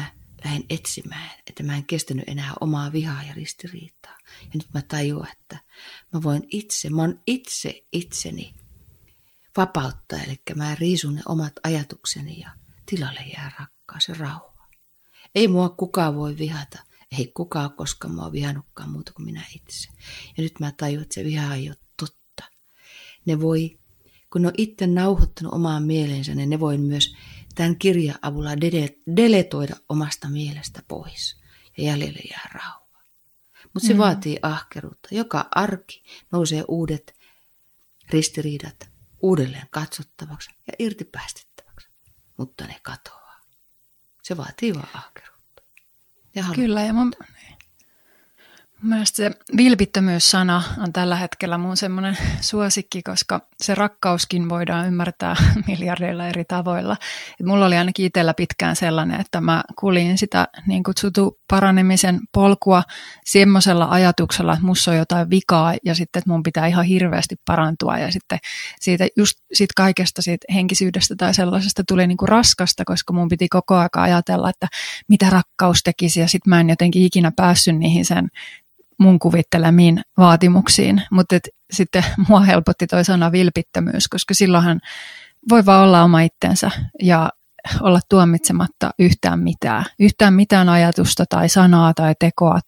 S2: lähdin etsimään, että mä en kestänyt enää omaa vihaa ja ristiriitaa. Ja nyt mä tajuan, että mä oon itse itseni vapauttaa, eli mä riisun ne omat ajatukseni ja tilalle jää rakkaus ja rauha. Ei mua kukaan voi vihata, ei kukaan koskaan mua vihannutkaan muuta kuin minä itse. Ja nyt mä tajuan, että se viha ei ole totta. Ne voi, kun ne on itse nauhoittanut omaan mieleensä, niin ne voi myös tämän kirjan avulla deletoida omasta mielestä pois ja jäljelle jää rauha. Mutta se vaatii ahkeruutta. Joka arki nousee uudet ristiriidat uudelleen katsottavaksi ja irtipäästettäväksi, mutta ne katoaa. Se vaatii vaan ahkeruutta.
S1: Kyllä, ja mun mielestä se vilpittömyys-sana on tällä hetkellä mun semmoinen suosikki, koska se rakkauskin voidaan ymmärtää miljardeilla eri tavoilla. Et mulla oli ainakin itsellä pitkään sellainen, että mä kuljin sitä niin kutsuttu paranemisen polkua semmoisella ajatuksella, että musta on jotain vikaa ja sitten, että mun pitää ihan hirveästi parantua. Ja sitten siitä kaikesta siitä henkisyydestä tai sellaisesta tuli niin kuin raskasta, koska mun piti koko ajan ajatella, että mitä rakkaus tekisi ja sitten mä en jotenkin ikinä päässyt niihin sen mun kuvittelemiin vaatimuksiin, mutta sitten mua helpotti toi sana vilpittömyys, koska silloinhan voi vaan olla oma itsensä ja olla tuomitsematta yhtään mitään ajatusta tai sanaa tai tekoa.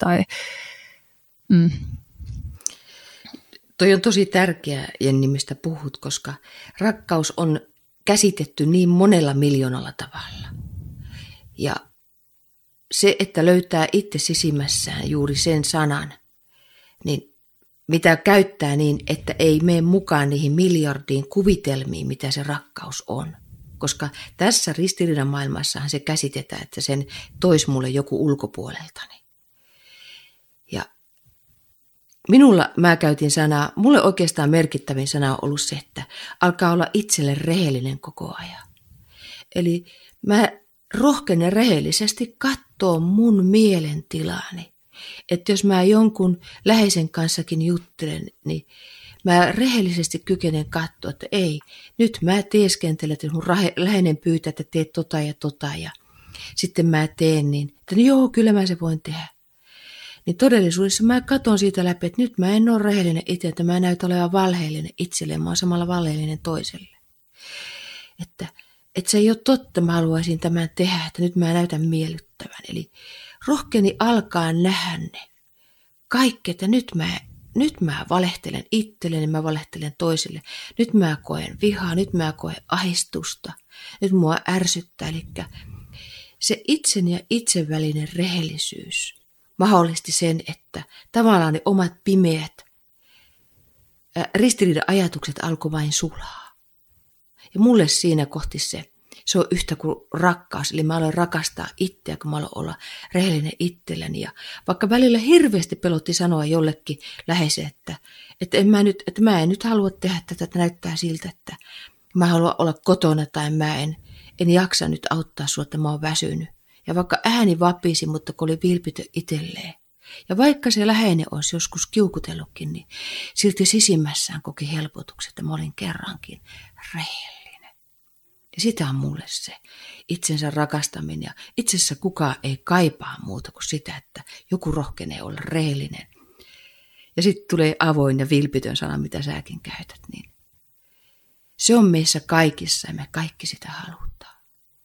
S2: Toi on tosi tärkeää, Jenni, mistä puhut, koska rakkaus on käsitetty niin monella miljoonalla tavalla. Ja se, että löytää itse sisimmässään juuri sen sanan, niin mitä käyttää niin, että ei mene mukaan niihin miljardiin kuvitelmiin, mitä se rakkaus on. Koska tässä ristiriidan maailmassahan se käsitetään, että sen toisi mulle joku ulkopuoleltani. Ja mä käytin sanaa, mulle oikeastaan merkittävin sana on ollut se, että alkaa olla itselle rehellinen koko ajan. Eli mä rohkenen rehellisesti katsoa mun mielentilani. Että jos mä jonkun läheisen kanssakin juttelen, niin mä rehellisesti kykenen katsoa, että ei, nyt mä teeskentelen, että mun läheinen pyytää, että teet tota ja tota ja sitten mä teen niin, että joo, kyllä mä se voin tehdä. Niin todellisuudessa mä katson siitä läpi, että nyt mä en ole rehellinen itse, että mä näytän olevan valheellinen itselleen, mä oon samalla valheellinen toiselle. Että se ei ole totta, mä haluaisin tämän tehdä, että nyt mä näytän miellyttävän. Eli rohkeni alkaa nähdä ne kaikki, että nyt mä valehtelen itselleni, mä valehtelen toiselle. Nyt mä koen vihaa, nyt mä koen ahdistusta, nyt mua ärsyttää. Eli se itsen ja itsen välinen rehellisyys mahdollisti sen, että tavallaan ne omat pimeät ristiriidan ajatukset alkoi vain sulaa. Ja mulle siinä kohti se on yhtä kuin rakkaus. Eli mä aloin rakastaa itseä, kun mä aloin olla rehellinen itselleni. Ja vaikka välillä hirveästi pelotti sanoa jollekin läheiseen, että mä en nyt halua tehdä tätä, että näyttää siltä, että mä haluan olla kotona tai mä en jaksa nyt auttaa sua, että mä oon väsynyt. Ja vaikka ääni vapisi, mutta kun oli vilpitön itselleen. Ja vaikka se läheinen olisi joskus kiukutellutkin, niin silti sisimmässään koki helpotuksen, että mä olin kerrankin rehellinen. Ja sitä on mulle se itsensä rakastaminen. Ja itse asiassa kukaan ei kaipaa muuta kuin sitä, että joku rohkenee olla rehellinen. Ja sitten tulee avoin ja vilpitön sana, mitä säkin käytät. Niin se on meissä kaikissa ja me kaikki sitä halutaan.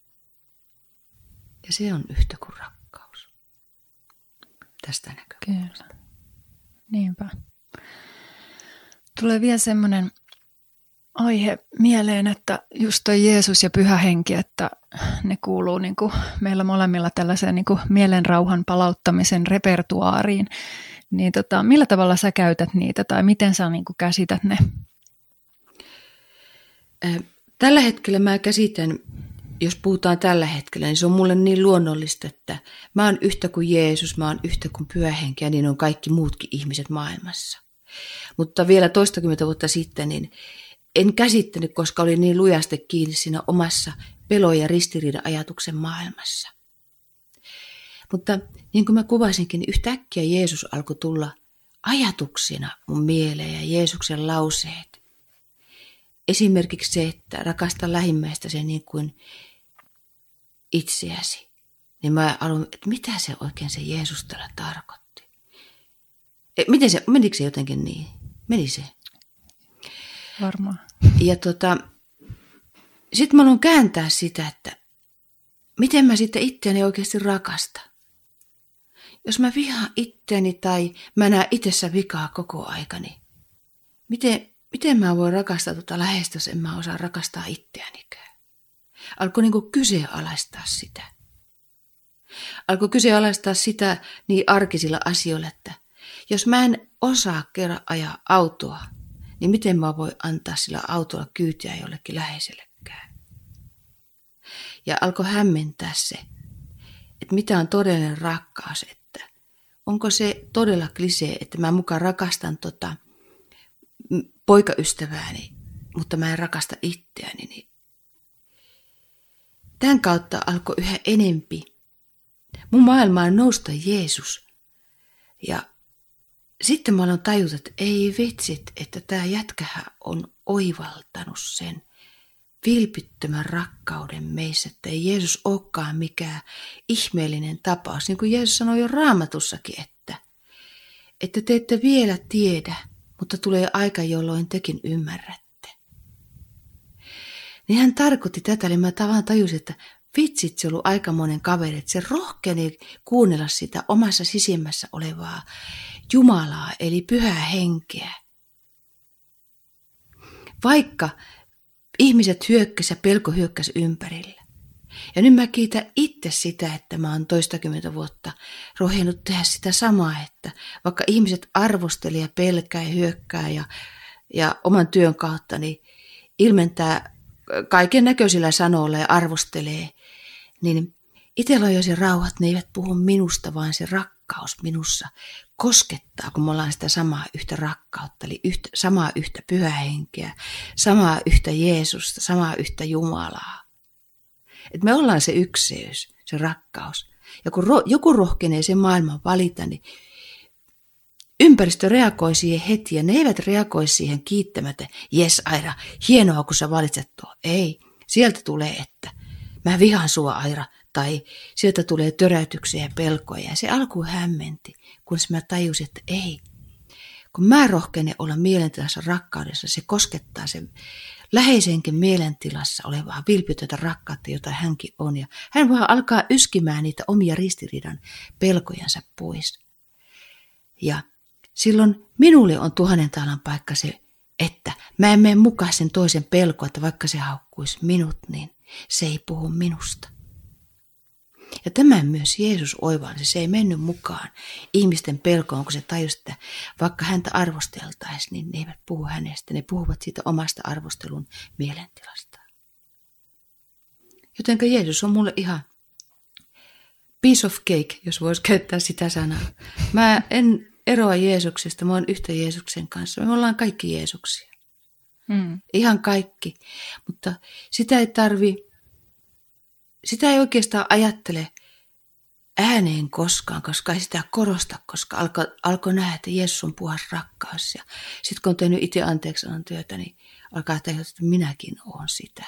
S2: Ja se on yhtä kuin rakkaus. Tästä näkökulmasta.
S1: Kyllä. Niinpä. Tulee vielä semmoinen aihe mieleen, että just toi Jeesus ja Pyhä Henki, että ne kuuluu niin kuin meillä molemmilla tällaiseen niin kuin mielenrauhan palauttamisen repertuaariin. Niin millä tavalla sä käytät niitä tai miten sä niin kuin käsität ne?
S2: Tällä hetkellä mä käsitän, jos puhutaan tällä hetkellä, niin se on mulle niin luonnollista, että mä oon yhtä kuin Jeesus, mä oon yhtä kuin Pyhä Henki ja niin on kaikki muutkin ihmiset maailmassa. Mutta vielä toistakymmentä vuotta sitten niin en käsittänyt, koska olin niin lujasti kiinni siinä omassa pelo- ja ristiriidan ajatuksen maailmassa. Mutta niin kuin mä kuvasinkin, niin yhtäkkiä Jeesus alkoi tulla ajatuksina mun mieleen ja Jeesuksen lauseet. Esimerkiksi se, että rakasta lähimmäistäsi niin kuin itseäsi. Niin mä aloin, että mitä se oikein se Jeesus tällä tarkoitti. Menikö se jotenkin niin? Meni se?
S1: Varmaan.
S2: Ja sitten mä aloin kääntää sitä, että miten mä sitten itseäni oikeasti rakastan. Jos mä vihaan itseäni tai mä näen itsessä vikaa koko aikani, miten mä voin rakastaa läheistä, jos en mä osaa rakastaa itseänikään? Alkoi niin kuin kyseenalaistaa sitä. Alkoi kyseenalaistaa sitä niin arkisilla asioilla, että jos mä en osaa kerran ajaa autoa, niin miten mä voin antaa sillä autolla kyytiä jollekin läheisellekään? Ja alkoi hämmentää se, että mitä on todellinen rakkaus, että onko se todella klisee, että mä mukaan rakastan poikaystävääni, mutta mä en rakasta itseäni. Niin tämän kautta alkoi yhä enempi mun maailmaan nousta Jeesus. Ja sitten mä aloin tajuta, että ei vitsit, että tämä jätkähän on oivaltanut sen vilpittömän rakkauden meissä, että ei Jeesus olekaan mikään ihmeellinen tapaus. Niin kuin Jeesus sanoi jo Raamatussakin, että te ette vielä tiedä, mutta tulee aika, jolloin tekin ymmärrätte. Niin hän tarkoitti tätä, eli mä tajusin, että vitsit, se on ollut aikamoinen kaveri, että se rohkeni kuunnella sitä omassa sisimmässä olevaa Jumalaa, eli pyhää henkeä. Vaikka ihmiset hyökkäsivät ja pelko hyökkäsi ympärillä. Ja nyt mä kiitän itse sitä, että mä oon toistakymmentä vuotta rohjennut tehdä sitä samaa, että vaikka ihmiset arvostelee ja pelkää ja hyökkää ja oman työn kautta, niin ilmentää kaiken näköisillä sanoilla ja arvostelee, niin itsellä on jo se rauha, että ne eivät puhu minusta, vaan se rakkaus minussa koskettaa, kun me ollaan sitä samaa yhtä rakkautta, eli samaa yhtä pyhähenkeä, samaa yhtä Jeesusta, samaa yhtä Jumalaa. Että me ollaan se ykseys, se rakkaus. Ja kun joku rohkenee sen maailman valita, niin ympäristö reagoi siihen heti, ja ne eivät reagoi siihen kiittämättä, jes Aira, hienoa kun sä valitset tuo. Ei, sieltä tulee, että mä vihaan sua Aira, tai sieltä tulee töräytyksiä ja pelkoja. Ja se alkuun hämmenti, kun mä tajusin, että ei. Kun mä rohkenen olla mielentilassa rakkaudessa, se koskettaa sen läheisenkin mielentilassa olevaa vilpitöntä rakkautta, jota hänkin on. Ja hän vaan alkaa yskimään niitä omia ristiriidan pelkojansa pois. Ja silloin minulle on 1000 taalan paikka se, että mä en mene mukaan sen toisen pelkoa, että vaikka se haukkuisi minut, niin se ei puhu minusta. Ja tämän myös Jeesus oivalsi, se ei mennyt mukaan ihmisten pelkoon, kun se tajusi, että vaikka häntä arvosteltaisiin, niin ne eivät puhu hänestä, ne puhuvat siitä omasta arvostelun mielentilastaan. Jotenka Jeesus on mulle ihan piece of cake, jos voisi käyttää sitä sanaa. Mä en eroa Jeesuksesta, mä oon yhtä Jeesuksen kanssa. Me ollaan kaikki Jeesuksia. Ihan kaikki. Mutta sitä ei oikeastaan ajattele ääneen koskaan, koska ei sitä korosta, koska alkoi nähdä, että Jeesus on puhas rakkaus. Ja sitten kun on tehnyt itse anteeksiannon työtä, niin alkaa tehdä, että minäkin olen sitä.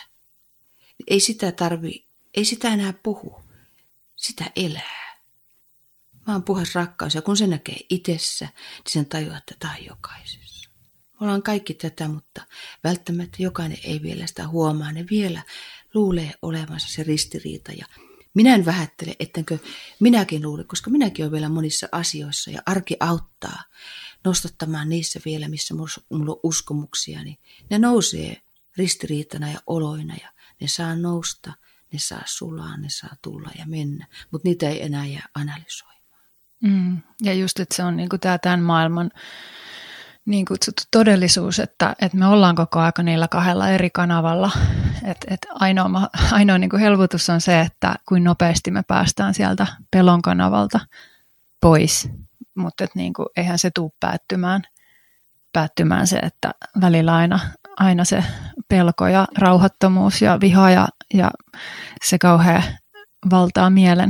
S2: Ei sitä enää puhu. Sitä elää. Mä oon puhas rakkaus ja kun se näkee itsessä, niin sen tajuaa, että tämä on jokaisessa. Me ollaan kaikki tätä, mutta välttämättä jokainen ei vielä sitä huomaa. Ne vielä luulee olevansa se ristiriita ja minä en vähättele, ettenkö minäkin luule, koska minäkin olen vielä monissa asioissa ja arki auttaa nostattamaan niissä vielä, missä minulla on uskomuksia, niin ne nousee ristiriitana ja oloina ja ne saa nousta, ne saa sulaa, ne saa tulla ja mennä, mutta niitä ei enää jää analysoimaan.
S1: Ja just, että se on niinku tämä tämän maailman niin kutsuttu todellisuus, että me ollaan koko aika niillä 2 eri kanavalla. Et ainoa niin kuin helpotus on se, että kuin nopeasti me päästään sieltä pelon kanavalta pois. Mutta niin eihän se tule päättymään se, että välillä aina se pelko ja rauhattomuus ja viha ja se kauhea valtaa mielen.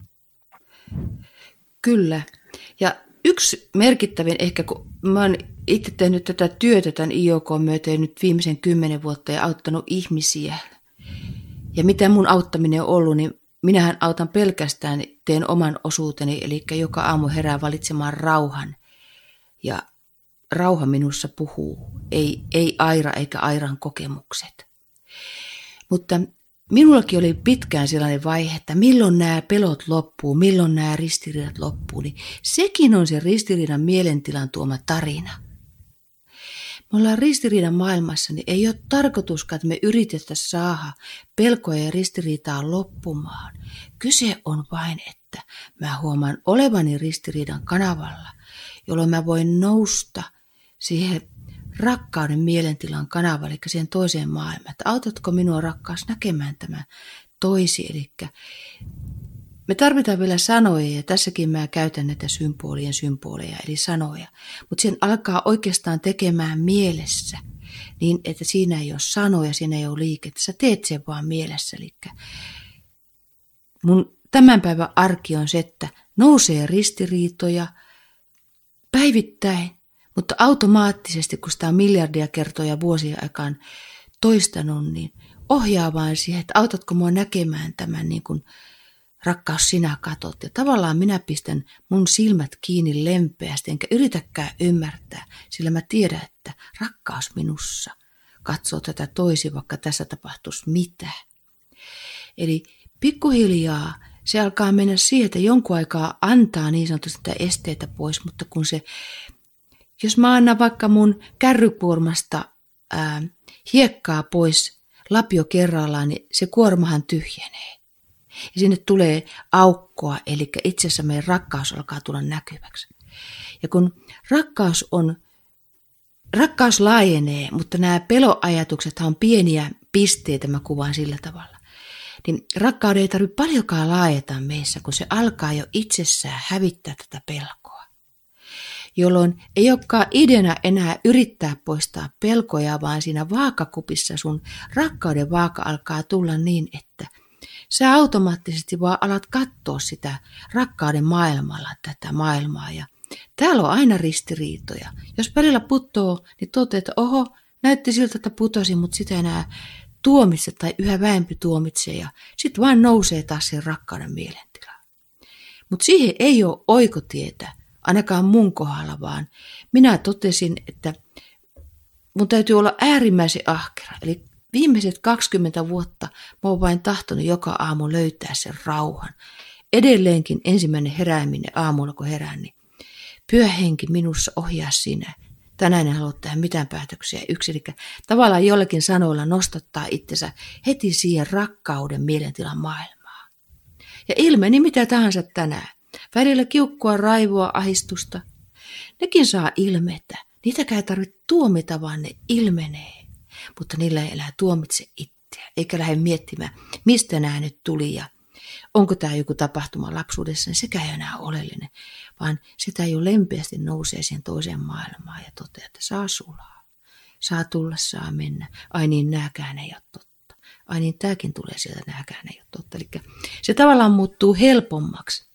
S2: Kyllä. Ja yksi merkittävin ehkä, kun mä oon itse tehnyt tätä työtä tämän IOK:n myötä nyt viimeisen 10 vuotta ja auttanut ihmisiä. Ja mitä mun auttaminen on ollut, niin minähän autan pelkästään, teen oman osuuteni, eli joka aamu herää valitsemaan rauhan. Ja rauha minussa puhuu, ei Aira eikä Airan kokemukset. Mutta minullakin oli pitkään sellainen vaihe, että milloin nämä pelot loppuu, milloin nämä ristiriidat loppuu, niin sekin on se ristiriidan mielentilan tuoma tarina. Me ollaan ristiriidan maailmassa, niin ei ole tarkoituskaan, että me yritettäisiin saada pelkoja ja ristiriitaa loppumaan. Kyse on vain, että mä huomaan olevani ristiriidan kanavalla, jolloin mä voin nousta siihen rakkauden mielentilan kanavalle, eli siihen toiseen maailmaan. Että autatko minua rakkaus näkemään tämä toisi, eli me tarvitaan vielä sanoja, ja tässäkin mä käytän näitä symboleja, eli sanoja. Mutta sen alkaa oikeastaan tekemään mielessä, niin että siinä ei ole sanoja, siinä ei ole liikettä. Sä teet sen vaan mielessä. Eli mun tämän päivän arki on se, että nousee ristiriitoja päivittäin, mutta automaattisesti, kun sitä on miljardia kertoja vuosien aikaan toistanut, niin ohjaa vaan siihen, että autatko mua näkemään tämän niin kuin rakkaus sinä katot. Ja tavallaan minä pistän mun silmät kiinni lempeästi, enkä yritäkään ymmärtää, sillä mä tiedän, että rakkaus minussa katsoo tätä toisi, vaikka tässä tapahtuisi mitä. Eli pikkuhiljaa se alkaa mennä siihen, että jonkun aikaa antaa niin sanotusti sitä esteitä pois, mutta kun se, jos mä annan vaikka mun kärrykuormasta hiekkaa pois lapio kerrallaan, niin se kuormahan tyhjenee. Ja sinne tulee aukkoa, eli itse asiassa meidän rakkaus alkaa tulla näkyväksi. Ja kun rakkaus laajenee, mutta nämä peloajatuksethan on pieniä pisteitä, mä kuvaan sillä tavalla, niin rakkauden ei tarvitse paljonkaan laajeta meissä, kun se alkaa jo itsessään hävittää tätä pelkoa. Jolloin ei olekaan ideana enää yrittää poistaa pelkoja, vaan siinä vaakakupissa sun rakkauden vaaka alkaa tulla niin, että sä automaattisesti vaan alat katsoa sitä rakkauden maailmalla, tätä maailmaa. Ja täällä on aina ristiriitoja. Jos välillä putoo, niin toteat, että oho, näytti siltä, että putosi, mutta sitä enää tuomitse tai yhä vähempi tuomitse. Ja sitten vaan nousee taas sen rakkauden mielentila. Mutta siihen ei ole oikotietä, ainakaan mun kohdalla, vaan minä totesin, että mun täytyy olla äärimmäisen ahkera. Eli viimeiset 20 vuotta mä oon vain tahtonut joka aamu löytää sen rauhan. Edelleenkin ensimmäinen herääminen aamulla, kun herään, niin pyhä henki minussa ohjaa sinä. Tänään en halua tehdä mitään päätöksiä yksin. Eli tavallaan jollakin sanoilla nostattaa itsensä heti siihen rakkauden mielentilan maailmaan. Ja ilmeni mitä tahansa tänään. Välillä kiukkua, raivoa, ahdistusta. Nekin saa ilmetä. Niitäkään ei tarvitse tuomita, vaan ne ilmenee. Mutta niillä ei enää tuomitse itseä, eikä lähde miettimään, mistä nämä nyt tuli ja onko tämä joku tapahtuma lapsuudessa, niin sekä ei enää oleellinen, vaan sitä jo lempeästi nousee siihen toiseen maailmaan ja toteaa, että saa sulaa, saa tulla, saa mennä. Ai niin, nääkään ei ole totta. Ai niin, tämäkin tulee sieltä, nääkään ei ole totta. Eli se tavallaan muuttuu helpommaksi.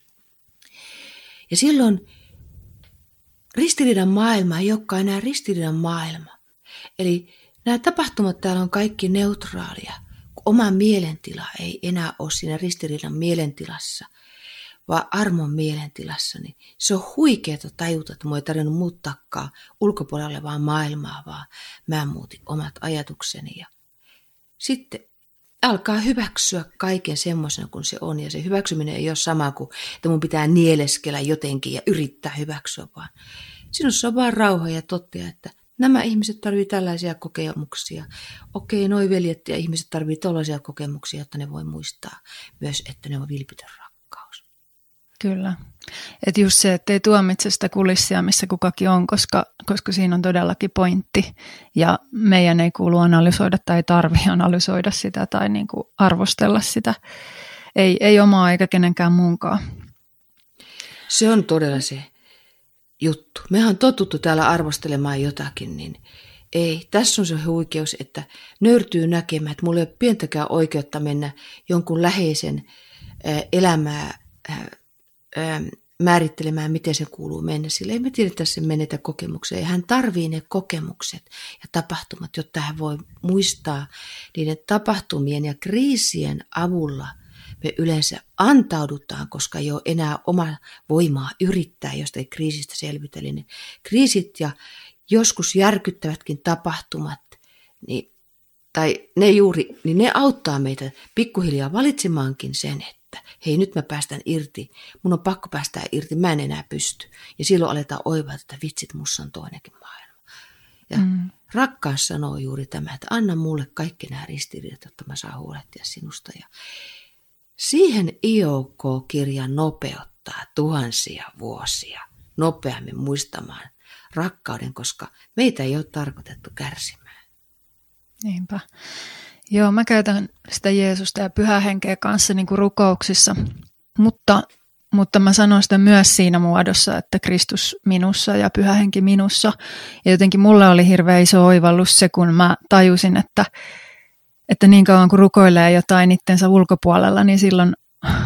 S2: Ja silloin ristiriidan maailma ei olekaan enää ristiriidan maailma. Eli nämä tapahtumat täällä on kaikki neutraalia, kun oma mielentila ei enää ole siinä ristiriidan mielentilassa, vaan armon mielentilassa. Niin se on huikeaa tajuta, että minua ei tarvinnut muuttaakaan ulkopuolella olevaa maailmaa, vaan mä muutin omat ajatukseni. Ja sitten alkaa hyväksyä kaiken semmoisena kuin se on. Ja se hyväksyminen ei ole sama kuin, että mun pitää nieleskellä jotenkin ja yrittää hyväksyä, vaan sinussa on vaan rauha ja totea, että nämä ihmiset tarvitsevat tällaisia kokemuksia. Okei, noi veljet ja ihmiset tarvitsevat tällaisia kokemuksia, jotta ne voi muistaa myös, että ne on vilpitön rakkaus.
S1: Kyllä. Että just se, että ei tuomitse sitä kulissia, missä kukakin on, koska siinä on todellakin pointti. Ja meidän ei kuulu analysoida tai ei tarvitse analysoida sitä tai niin kuin arvostella sitä. Ei omaa eikä kenenkään muunkaan.
S2: Se on todella se juttu. Mehän on totuttu täällä arvostelemaan jotakin, niin ei. Tässä on se huikeus, että nöyrtyy näkemään, että mulla ei ole pientäkään oikeutta mennä jonkun läheisen elämää määrittelemään, miten se kuuluu mennä. Sillä ei me tiedetä sen menetä kokemuksia. Ja hän tarvii ne kokemukset ja tapahtumat, jotta hän voi muistaa niiden tapahtumien ja kriisien avulla me yleensä antaudutaan, koska ei ole enää oma voimaa yrittää jostain kriisistä selvitä. Eli ne kriisit ja joskus järkyttävätkin tapahtumat, tai ne juuri, niin ne auttaa meitä pikkuhiljaa valitsemaankin sen, että hei, nyt mä päästän irti, mun on pakko päästää irti, mä en enää pysty. Ja silloin aletaan oivaa, että vitsit, musta on toinenkin maailma. Ja rakkaus sanoo juuri tämä, että anna mulle kaikki nämä ristiriidat, jotta mä saan huolehtia sinusta. Ja siihen IOK-kirja nopeuttaa tuhansia vuosia nopeammin muistamaan rakkauden, koska meitä ei ole tarkoitettu kärsimään.
S1: Niinpä. Joo, mä käytän sitä Jeesusta ja Pyhää Henkeä kanssa niin kuin rukouksissa, mutta mä sanon sitä myös siinä muodossa, että Kristus minussa ja Pyhä Henki minussa. Ja jotenkin mulle oli hirveän iso oivallus se, kun mä tajusin, että niin kauan kun rukoilee jotain itsensä ulkopuolella, niin silloin,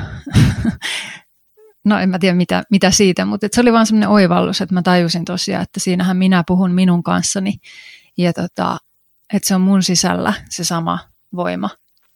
S1: no en mä tiedä mitä siitä, mutta se oli vaan semmoinen oivallus, että mä tajusin tosiaan, että siinähän minä puhun minun kanssani ja että se on mun sisällä se sama voima.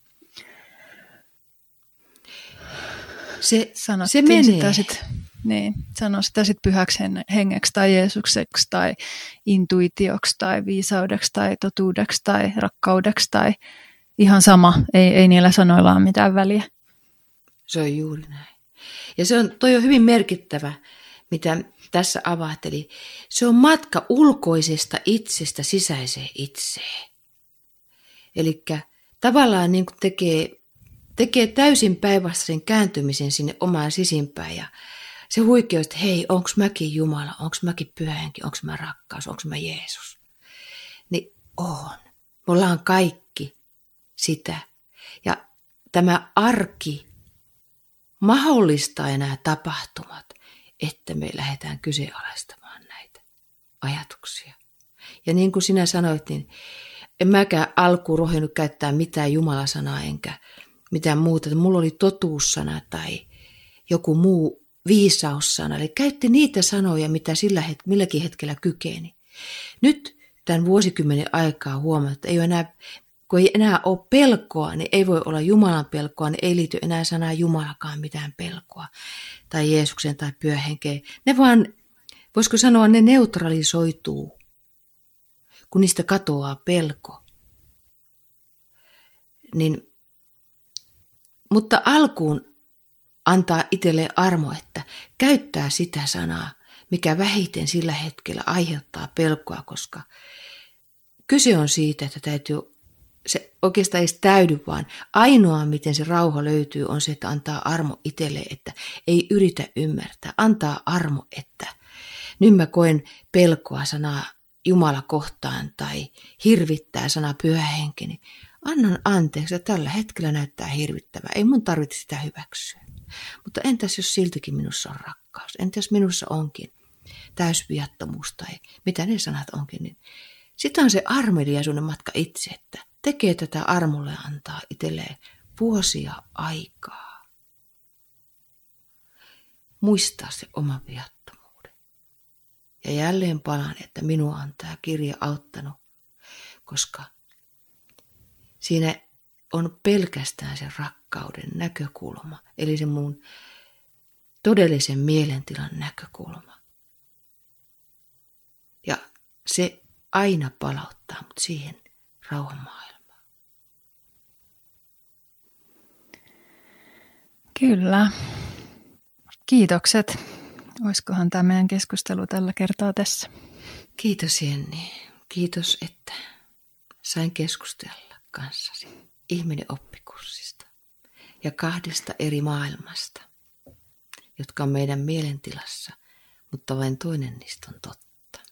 S2: Se menee.
S1: Sano sitä sitten pyhäksi hengeksi tai Jeesukseksi tai intuitioksi tai viisaudeksi tai totuudeksi tai rakkaudeksi tai ihan sama. Ei niillä sanoilla ole mitään väliä.
S2: Se on juuri näin. Ja toi on hyvin merkittävä, mitä tässä avaat. Eli se on matka ulkoisesta itsestä sisäiseen itseen. Eli tavallaan niin kuin tekee täysin päinvastaisen kääntymisen sinne omaan sisimpään ja se huikeus, että hei, onko mäkin Jumala, onko mäkin Pyhä Henki, onko mä rakkaus, onko mä Jeesus. Niin on. Me ollaan kaikki sitä. Ja tämä arki mahdollistaa nämä tapahtumat, että me lähdetään kyseenalaistamaan näitä ajatuksia. Ja niin kuin sinä sanoit, niin en mäkään alkuun rohjennut käyttää mitään Jumalasanaa enkä mitään muuta. Mulla oli totuussana tai joku muu viisaussana. Eli käytti niitä sanoja, mitä milläkin hetkellä kykeni. Nyt tämän vuosikymmenen aikaa huomaa, että kun ei enää ole pelkoa, niin ei voi olla Jumalan pelkoa, niin ei liity enää sanaa Jumalakaan mitään pelkoa. Tai Jeesuksen tai Pyhä Henkeen. Ne vaan, voisiko sanoa, ne neutralisoituu, kun niistä katoaa pelko. Mutta alkuun antaa itselleen armo, että käyttää sitä sanaa, mikä vähiten sillä hetkellä aiheuttaa pelkoa, koska kyse on siitä, että se oikeastaan ei täydy, vaan ainoa, miten se rauha löytyy, on se, että antaa armo itselleen, että ei yritä ymmärtää. Antaa armo, että nyt mä koen pelkoa sanaa Jumala kohtaan tai hirvittää sanaa Pyhä Henki, niin annan anteeksi, että tällä hetkellä näyttää hirvittävää. Ei mun tarvitse sitä hyväksyä. Mutta entäs jos siltikin minussa on rakkaus? Entäs jos minussa onkin täysviattomuus tai mitä ne sanat onkin? Niin sitä on se armeliaisuuden matka itse, että tekee tätä armolle ja antaa itselleen vuosia aikaa. Muistaa se oma viattomuuden. Ja jälleen palaan, että minua on tämä kirja auttanut, koska siinä on pelkästään se rakkauden näkökulma, eli se mun todellisen mielentilan näkökulma. Ja se aina palauttaa mut siihen rauhan maailmaan.
S1: Kyllä. Kiitokset. Olisikohan tämä meidän keskustelu tällä kertaa tässä?
S2: Kiitos Jenni. Kiitos, että sain keskustella kanssasi ihminen oppikurssista ja 2 eri maailmasta, jotka on meidän mielentilassa, mutta vain toinen niistä on totta.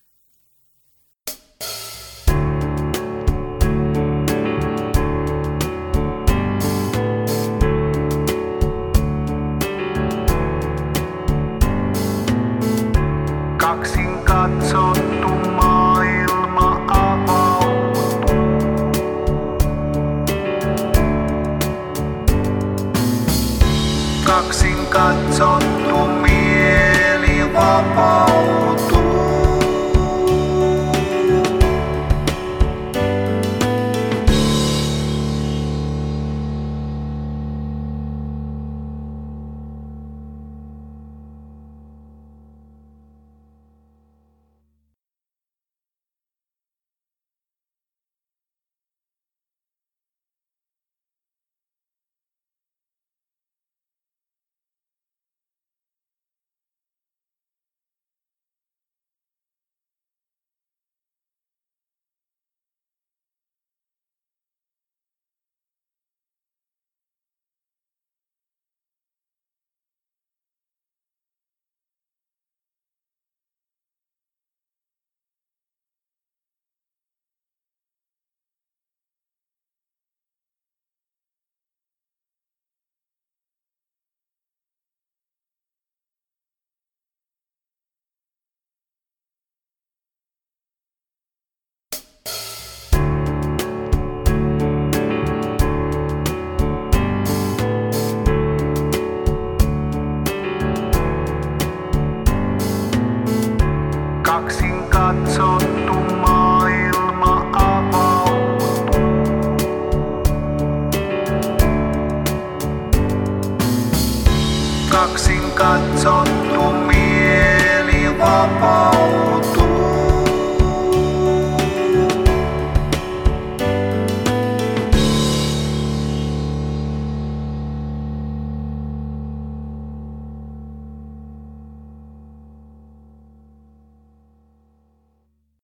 S3: Kaksin katsottu maailma avautuu. Kaksin katsottu mieli vapautuu. katsottu maailma avautuu. Kaksin katsottu mieli vapautuu.